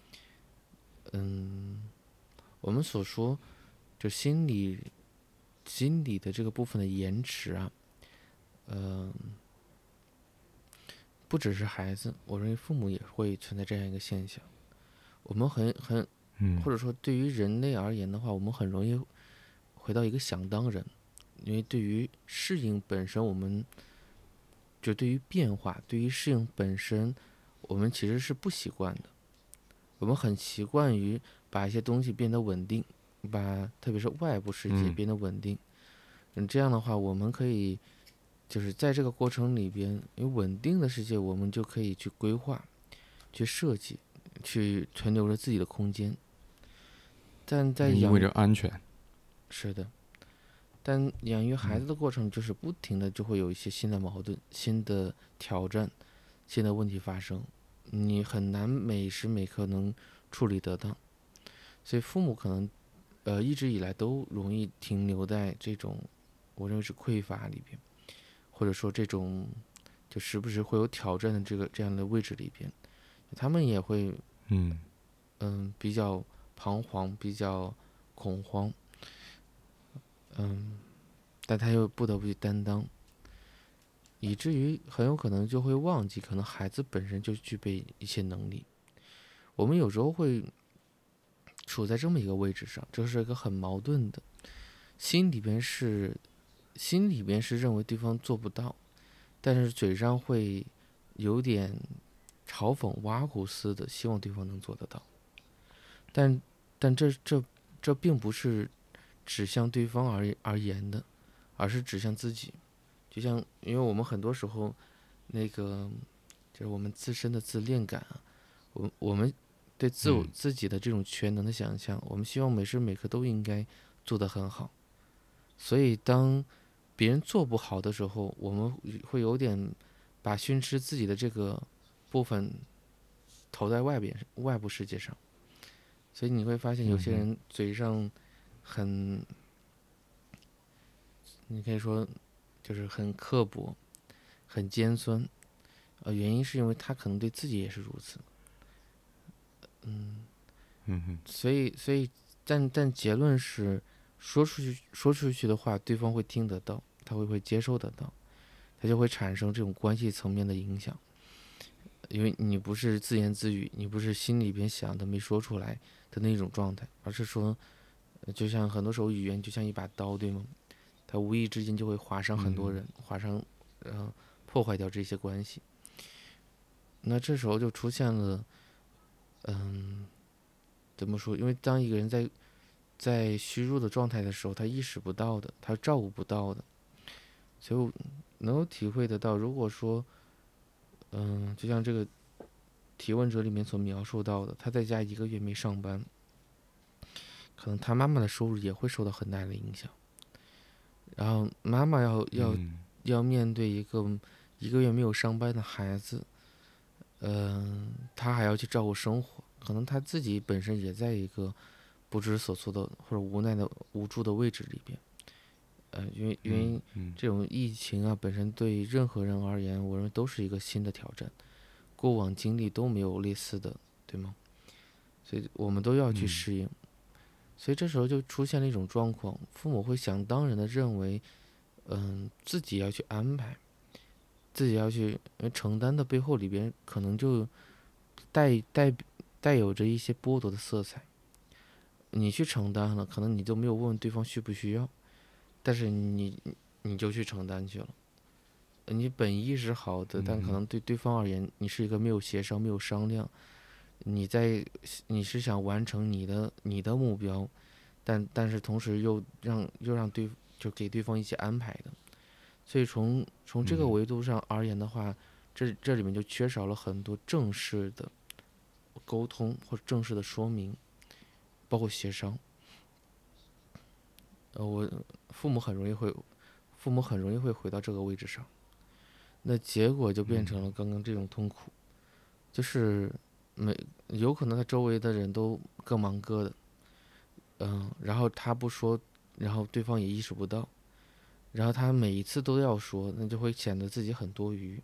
嗯，我们所说就心理心理的这个部分的延迟啊，嗯、不只是孩子，我认为父母也会存在这样一个现象。我们很很， 嗯或者说对于人类而言的话，我们很容易回到一个想当人，因为对于适应本身，我们就对于变化，对于适应本身，我们其实是不习惯的。我们很习惯于把一些东西变得稳定，把特别是外部世界嗯变得稳定。嗯，这样的话，我们可以就是在这个过程里边，因为稳定的世界，我们就可以去规划、去设计、去存留着自己的空间。但在意味养育着安全。 是的，但养育孩嗯子的过程，就是不停的就会有一些新的矛盾、新的挑战、新的问题发生，你很难每时每刻能处理得当。所以父母可能呃一直以来都容易停留在这种我认为是匮乏里边，或者说这种就时不时会有挑战的这个这样的位置里边，他们也会嗯嗯比较彷徨，比较恐慌，嗯，但他又不得不去担当，以至于很有可能就会忘记，可能孩子本身就具备一些能力。我们有时候会处在这么一个位置上，这是一个很矛盾的，心里边是心里边是认为对方做不到，但是嘴上会有点嘲讽、挖苦似的，希望对方能做得到。但但这这这并不是指向对方而而言的，而是指向自己。就像因为我们很多时候那个就是我们自身的自恋感啊，我我们对自我嗯自己的这种全能的想象，我们希望每时每刻都应该做得很好。所以当别人做不好的时候，我们会有点把训斥自己的这个部分投在外边外部世界上。所以你会发现有嗯嗯些人嘴上很，你可以说就是很刻薄、很尖酸，呃，原因是因为他可能对自己也是如此。嗯， 嗯所以所以但但结论是，说出去说出去的话，对方会听得到，他会会接收得到，他就会产生这种关系层面的影响。因为你不是自言自语，你不是心里边想的没说出来的那种状态，而是说，呃就像很多时候语言就像一把刀，对吗？它无意之间就会划伤很多嗯人，划伤，呃，破坏掉这些关系。那这时候就出现了，嗯，怎么说？因为当一个人在在虚弱的状态的时候，他意识不到的，他照顾不到的，所以我能够体会得到，如果说，嗯，就像这个提问者里面所描述到的，他在家一个月没上班， 可能他妈妈的收入也会受到很大的影响。然后妈妈要要嗯要面对一个一个月没有上班的孩子，嗯、他还要去照顾生活，可能他自己本身也在一个不知所措的或者无奈的无助的位置里边。呃，因为因为嗯嗯这种疫情啊，本身对任何人而言，我认为都是一个新的挑战，过往经历都没有类似的，对吗？所以我们都要去嗯适应。所以这时候就出现了一种状况，父母会想当然的认为，嗯，自己要去安排，自己要去呃承担的背后里边，可能就带带带有着一些剥夺的色彩。你去承担了，可能你都没有问对方需不需要，但是你你就去承担去了。你本意是好的，但可嗯能对对方而言，你是一个没有协商、没有商量，你在你是想完成你的你的目标，但但是同时又让又让对就给对方一些安排的。所以从从这个嗯维度上而言的话，这这里面就缺少了很多正式的沟通或者正式的说明，包括协商。呃，我父母很容易会，父母很容易会回到这个位置上，那结果就变成了刚刚这种痛苦，就是每有可能他周围的人都各忙各的，嗯，然后他不说，然后对方也意识不到，然后他每一次都要说，那就会显得自己很多余。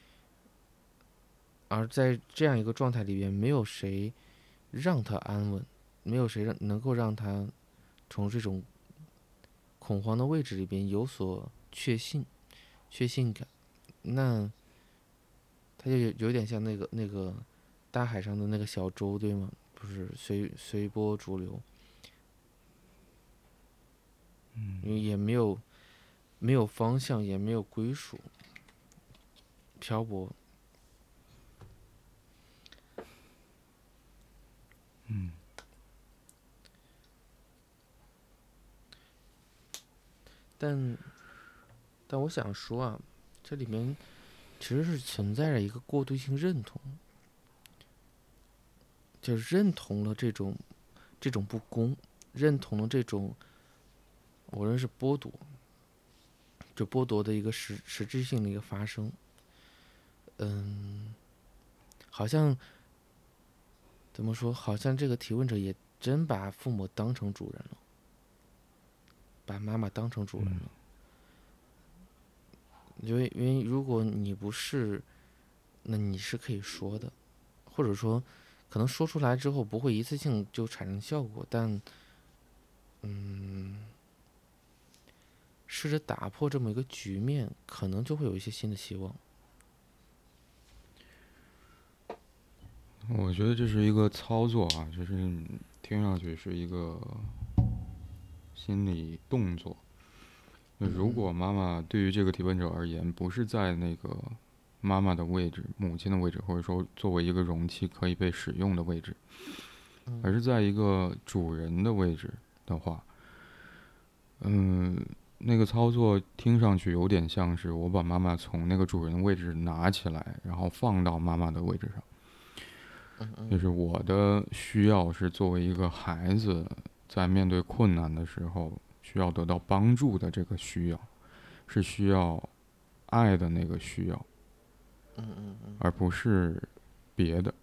而在这样一个状态里边，没有谁让他安稳，没有谁让能够让他从这种恐慌的位置里边有所确信、确信感。那他就有有点像那个那个大海上的那个小舟，对吗？不是随随波逐流，因为也没有没有方向，也没有归属，漂泊。 嗯但但我想说啊，这里面其实是存在着一个过渡性认同，就是认同了这种这种不公，认同了这种我认为是剥夺，就剥夺的一个实实质性的一个发生。嗯，好像怎么说？好像这个提问者也真把父母当成主人了，把妈妈当成主人嗯了。因为因为如果你不是，那你是可以说的，或者说，可能说出来之后不会一次性就产生效果，但嗯，试着打破这么一个局面，可能就会有一些新的希望。 我觉得这是一个操作啊，就是听上去是一个心理动作。如果妈妈对于这个提问者而言，不是在那个妈妈的位置、母亲的位置，或者说作为一个容器可以被使用的位置，而是在一个主人的位置的话，嗯，那个操作听上去有点像是我把妈妈从那个主人的位置拿起来，然后放到妈妈的位置上。就是我的需要是作为一个孩子在面对困难的时候需要得到帮助的这个需要，是需要爱的那个需要，而不是别的。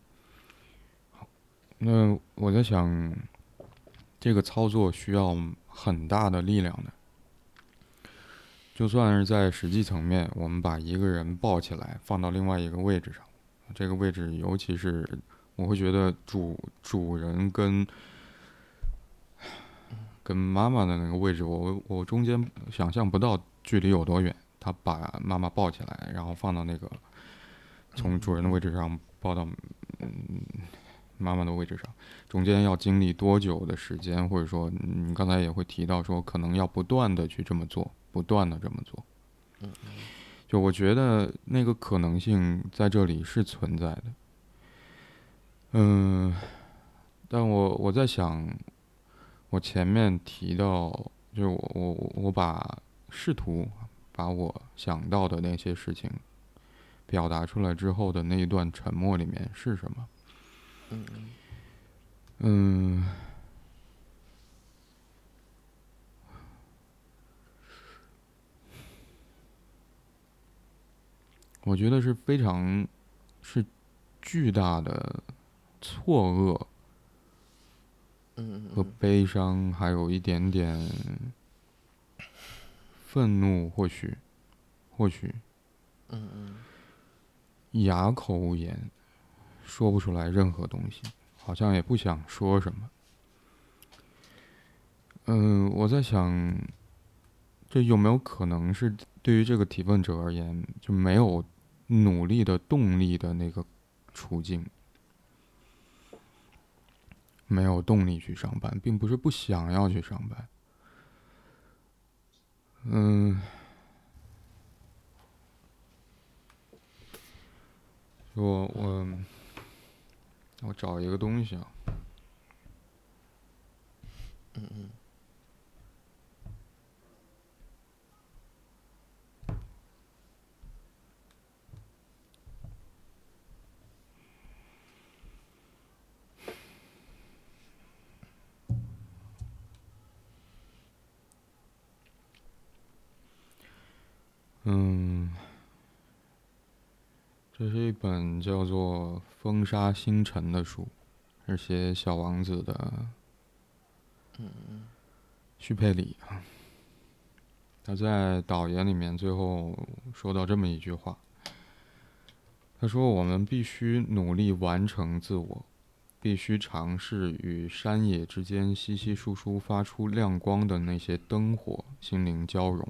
那我在想，这个操作需要很大的力量的。就算是在实际层面，我们把一个人抱起来放到另外一个位置上，这个位置尤其是我会觉得主主人跟跟妈妈的那个位置，我我中间想象不到距离有多远。他把妈妈抱起来，然后放到那个从主人的位置上抱到嗯妈妈的位置上，中间要经历多久的时间，或者说你刚才也会提到说，可能要不断的去这么做，不断的这么做。就我觉得那个可能性在这里是存在的。嗯，但我我在想，我前面提到，就是我我我把试图把我想到的那些事情表达出来之后的那一段沉默里面是什么？嗯， 我觉得是非常是巨大的错愕和嗯嗯悲伤，还有一点点愤怒，或许或许嗯嗯哑口无言，说不出来任何东西，好像也不想说什么。嗯，我在想，这有没有可能是对于这个提问者而言，就没有努力的动力的那个处境，没有动力去上班，并不是不想要去上班。嗯，我我我找一个东西啊。 嗯嗯嗯，这是一本叫做《风沙星辰》的书，是写小王子的嗯嗯徐佩里啊。他在导言里面最后说到这么一句话，他说：“我们必须努力完成自我，必须尝试与山野之间稀稀疏疏发出亮光的那些灯火心灵交融。”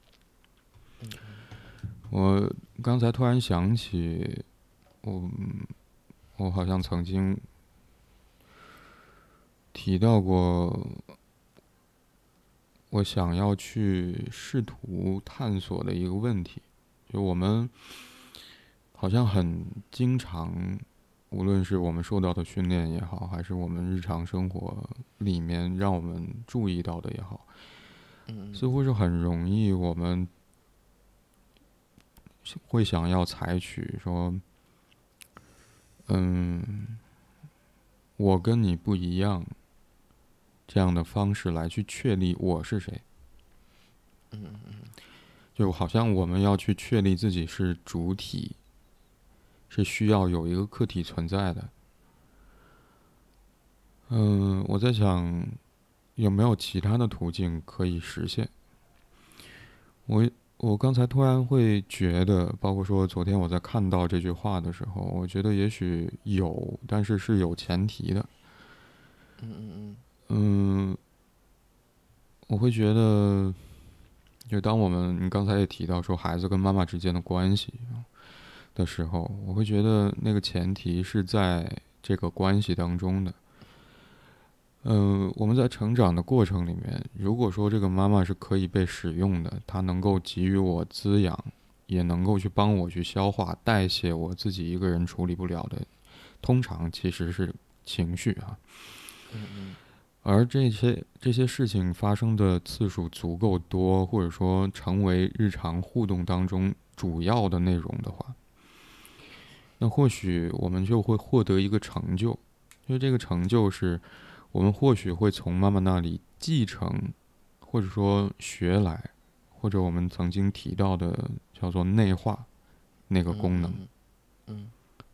我刚才突然想起，我我好像曾经提到过，我想要去试图探索的一个问题，就我们好像很经常，无论是我们受到的训练也好，还是我们日常生活里面让我们注意到的也好， 嗯似乎是很容易我们会想要采取说，嗯，我跟你不一样这样的方式来去确立我是谁。 嗯嗯就好像我们要去确立自己是主体，是需要有一个客体存在的。嗯，我在想，有没有其他的途径可以实现？我我刚才突然会觉得，包括说昨天我在看到这句话的时候，我觉得也许有，但是是有前提的。 嗯嗯嗯，我会觉得，就当我们你刚才也提到说孩子跟妈妈之间的关系的时候，我会觉得那个前提是在这个关系当中的。嗯、呃，我们在成长的过程里面，如果说这个妈妈是可以被使用的，她能够给予我滋养，也能够去帮我去消化、代谢我自己一个人处理不了的，通常其实是情绪啊。 嗯嗯而这些这些事情发生的次数足够多，或者说成为日常互动当中主要的内容的话，那或许我们就会获得一个成就，因为这个成就是我们或许会从妈妈那里继承，或者说学来，或者我们曾经提到的叫做内化那个功能。 嗯嗯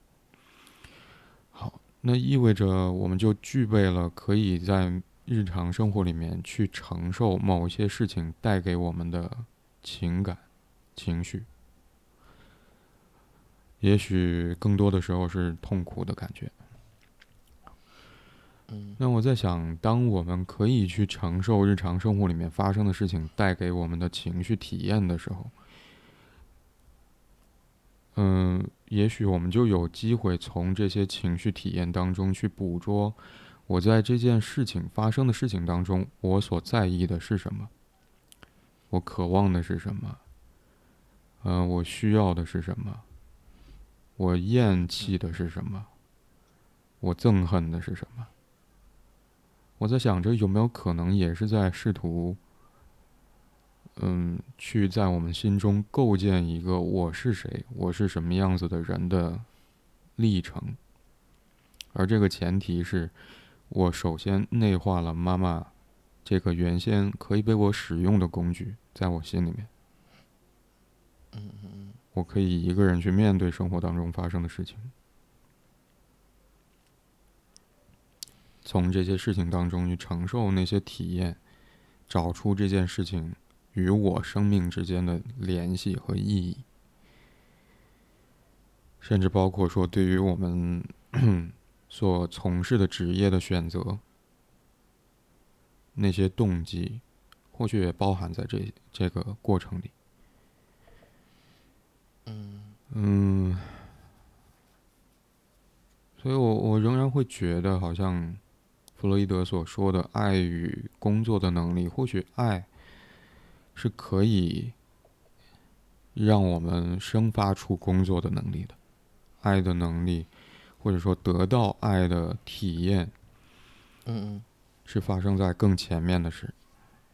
好，那意味着我们就具备了可以在日常生活里面去承受某些事情带给我们的情感、情绪，也许更多的时候是痛苦的感觉。 嗯那我在想，当我们可以去承受日常生活里面发生的事情带给我们的情绪体验的时候，嗯，也许我们就有机会从这些情绪体验当中去捕捉，我在这件事情发生的事情当中，我所在意的是什么，我渴望的是什么，嗯、我需要的是什么，我厌弃的是什么，我憎恨的是什么。我在想着有没有可能也是在试图，嗯，去在我们心中构建一个我是谁，我是什么样子的人的历程。而这个前提是我首先内化了妈妈这个原先可以被我使用的工具，在我心里面。 嗯嗯我可以一个人去面对生活当中发生的事情，从这些事情当中去承受那些体验，找出这件事情与我生命之间的联系和意义，甚至包括说对于我们所从事的职业的选择，那些动机或许也包含在这这个过程里。 嗯嗯，所以我我仍然会觉得，好像弗洛伊德所说的爱与工作的能力，或许爱是可以让我们生发出工作的能力的。爱的能力，或者说得到爱的体验， 嗯嗯是发生在更前面的事。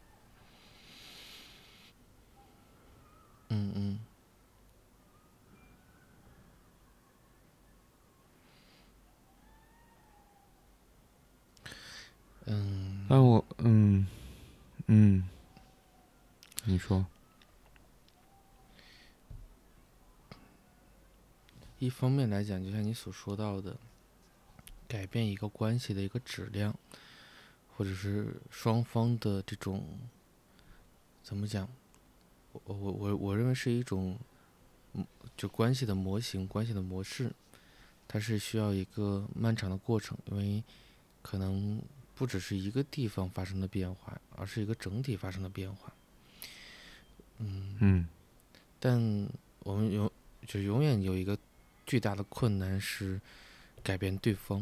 嗯嗯嗯， 但我嗯嗯，你说。 一方面来讲，就像你所说到的，改变一个关系的一个质量，或者是双方的这种怎么讲？我我我我认为是一种就关系的模型、关系的模式，它是需要一个漫长的过程，因为可能不只是一个地方发生的变化，而是一个整体发生的变化。嗯， 嗯但我们永就永远有一个巨大的困难是改变对方，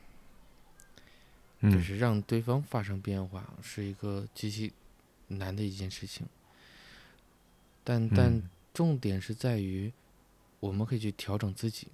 就嗯是让对方发生变化，是一个极其难的一件事情。但但嗯重点是在于，我们可以去调整自己。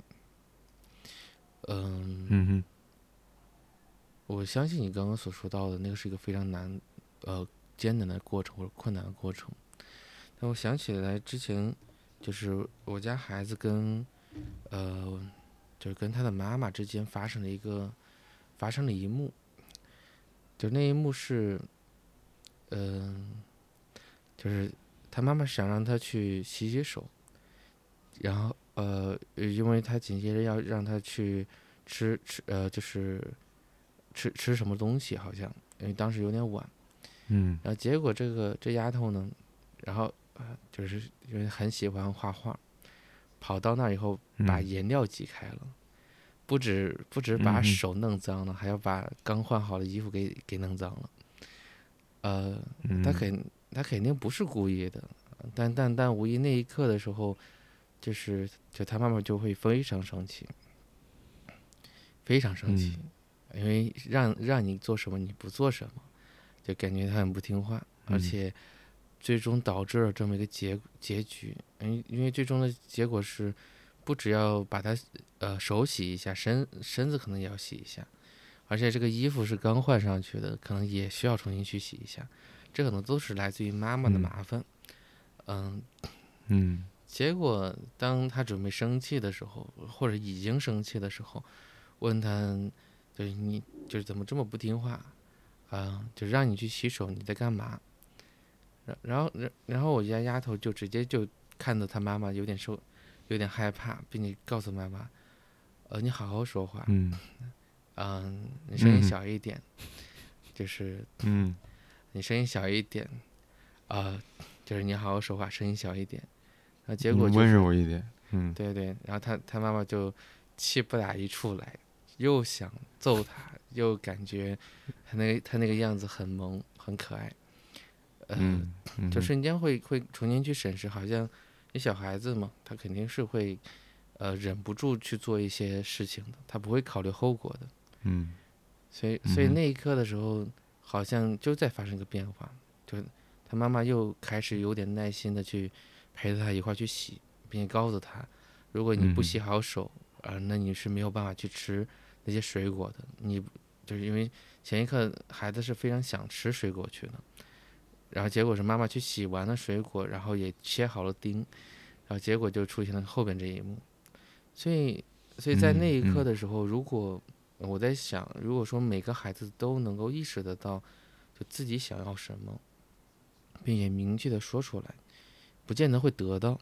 嗯， 嗯哼我相信你刚刚所说到的那个是一个非常难，呃，艰难的过程或者困难的过程。但我想起来之前，就是我家孩子跟，呃，就是跟他的妈妈之间发生了一个发生了一幕，就那一幕是，嗯、就是他妈妈想让他去洗洗手，然后呃，因为他紧接着要让他去吃吃呃，就是吃吃什么东西，好像因为当时有点晚， 嗯然后结果这个这丫头呢，然后呃，就是因为很喜欢画画，跑到那儿以后把嗯颜料挤开了，不止不止把嗯哼手弄脏了，还要把刚换好的衣服给给弄脏了。呃，他嗯肯他肯定不是故意的，但但但无疑那一刻的时候，就是就他妈妈就会非常生气，非常生气， 嗯因为让让你做什么你不做什么，就感觉他很不听话，而嗯且最终导致了这么一个结结局。因因为最终的结果是，不只要把他呃手洗一下，身身子可能也要洗一下，而且这个衣服是刚换上去的，可能也需要重新去洗一下，这可能都是来自于妈妈的嗯麻烦。嗯， 嗯结果当他准备生气的时候，或者已经生气的时候，问他，就是你就是怎么这么不听话啊？就让你去洗手，你在干嘛？然然后然然后我家丫头就直接就看到她妈妈有点受，有点害怕，并且告诉妈妈，呃，你好好说话， 嗯嗯，你声音嗯小一点，就是嗯你声音小一点，啊、就是你好好说话，声音小一点。然后结果嗯，温就是柔一点。嗯对对，然后他他妈妈就气不打一处来，又想揍他，又感觉他那他那个样子很萌很可爱，呃， 嗯嗯哼就瞬间会会重新去审视，好像你小孩子嘛，他肯定是会呃忍不住去做一些事情的，他不会考虑后果的， 嗯所以所以嗯那一刻的时候，好像就在发生一个变化，就他妈妈又开始有点耐心的去陪着他一块儿去洗，并且告诉他，如果你不洗嗯好手，啊、那你是没有办法去吃那些水果的。你就是因为前一刻孩子是非常想吃水果去的，然后结果是妈妈去洗完了水果，然后也切好了丁，然后结果就出现了后边这一幕。所以，所以在那一刻嗯嗯的时候，如果我在想，如果说每个孩子都能够意识得到，就自己想要什么，并且明确的说出来，不见得会得到，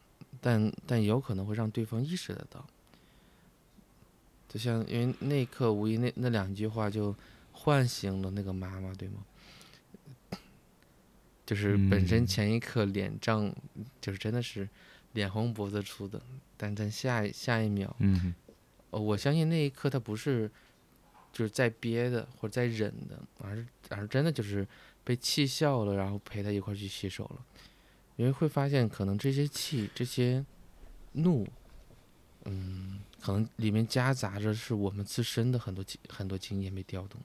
但但有可能会让对方意识得到。就像因为那一刻无疑那那两句话就唤醒了那个妈妈，对吗？就是本身嗯前一刻脸涨，就是真的是脸红脖子粗的，但但下下一秒， 嗯呃，我相信那一刻他不是就是在憋的或者在忍的，而是而是真的就是被气笑了，然后陪他一块儿去洗手了。因为会发现，可能这些气、这些怒，嗯，可能里面夹杂着是我们自身的很多经很多经验被调动。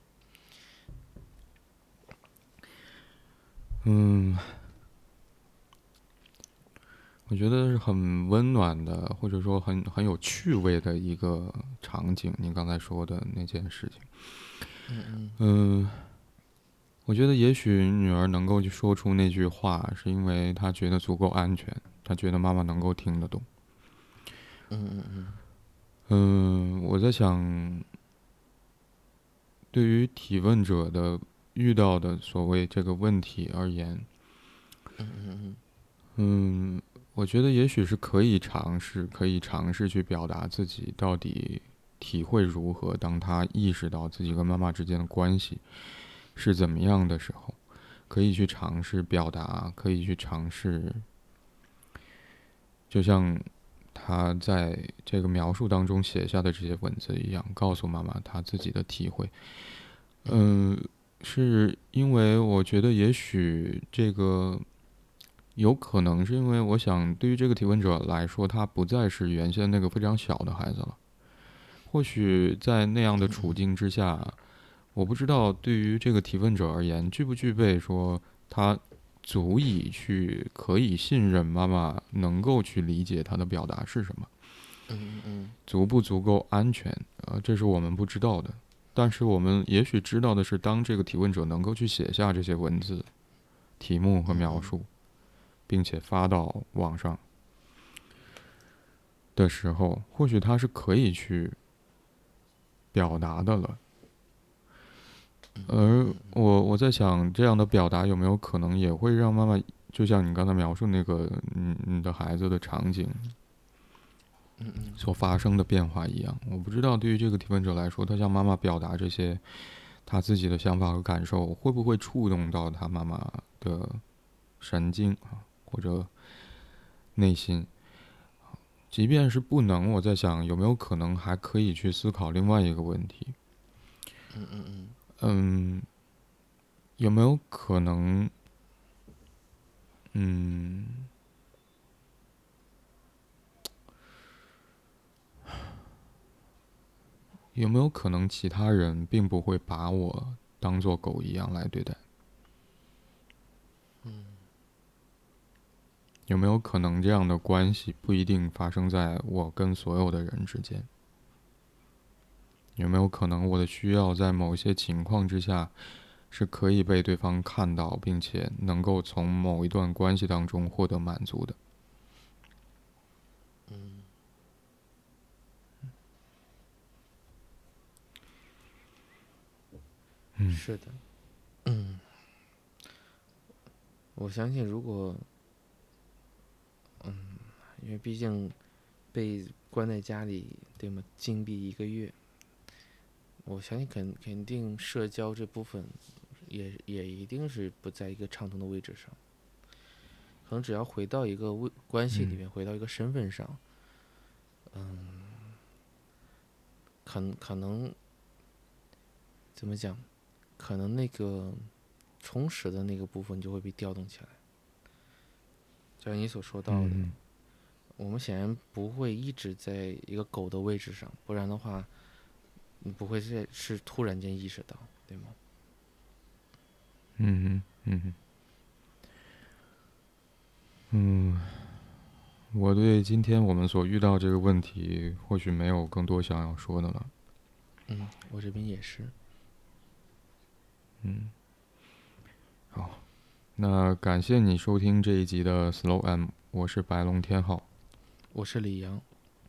嗯，我觉得是很温暖的，或者说很很有趣味的一个场景。你刚才说的那件事情， 嗯嗯嗯，我觉得也许女儿能够去说出那句话，是因为她觉得足够安全，她觉得妈妈能够听得懂。 嗯嗯嗯嗯，我在想，对于提问者的遇到的所谓这个问题而言， 嗯嗯嗯嗯，我觉得也许是可以尝试，可以尝试去表达自己到底体会如何。当他意识到自己跟妈妈之间的关系是怎么样的时候，可以去尝试表达，可以去尝试，就像他在这个描述当中写下的这些文字一样，告诉妈妈他自己的体会。嗯，是因为我觉得也许这个有可能是因为我想，对于这个提问者来说，他不再是原先那个非常小的孩子了。或许在那样的处境之下，我不知道对于这个提问者而言，具不具备说他足以去可以信任妈妈能够去理解他的表达是什么， 嗯嗯足不足够安全，呃，这是我们不知道的。但是我们也许知道的是，当这个提问者能够去写下这些文字、题目和描述，并且发到网上的时候，或许他是可以去表达的了。而我我在想，这样的表达有没有可能也会让妈妈，就像你刚才描述那个嗯你的孩子的场景嗯嗯所发生的变化一样？我不知道对于这个提问者来说，他向妈妈表达这些他自己的想法和感受，会不会触动到他妈妈的神经啊，或者内心？即便是不能，我在想有没有可能还可以去思考另外一个问题。 嗯嗯嗯嗯，有没有可能，嗯，有没有可能其他人并不会把我当做狗一样来对待？有没有可能这样的关系不一定发生在我跟所有的人之间？有没有可能我的需要在某些情况之下是可以被对方看到，并且能够从某一段关系当中获得满足的？ 嗯，是的，嗯，我相信如果，因为毕竟被关在家里，对吗？禁闭一个月，我相信肯肯定社交这部分也也一定是不在一个畅通的位置上。可能只要回到一个位关系里面，回到一个身份上，可能可能怎么讲？可能那个充实的那个部分就会被调动起来。就像你所说到的， 嗯我们显然不会一直在一个狗的位置上，不然的话，你不会是是突然间意识到，对吗？ 嗯嗯嗯嗯，我对今天我们所遇到这个问题，或许没有更多想要说的了。 嗯，我这边也是。 嗯，好，那感谢你收听这一集的 Slow M，我是白龙天浩。 我是李阳。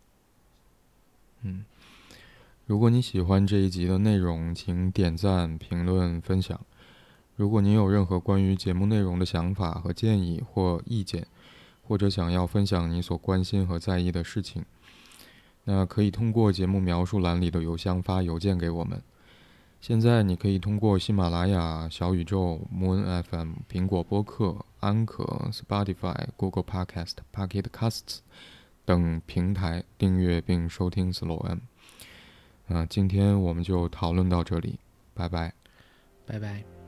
嗯，如果你喜欢这一集的内容，请点赞、评论、分享。如果您有任何关于节目内容的想法和建议或意见， 或者想要分享你所关心和在意的事情，那可以通过节目描述栏里的邮箱发邮件给我们。现在你可以通过喜马拉雅、小宇宙、Moon F M、苹果播客、安可、Spotify、Google Podcast、Pocket Casts 等平台订阅并收听 Slow M。呃，今天我们就讨论到这里，拜拜。 拜拜。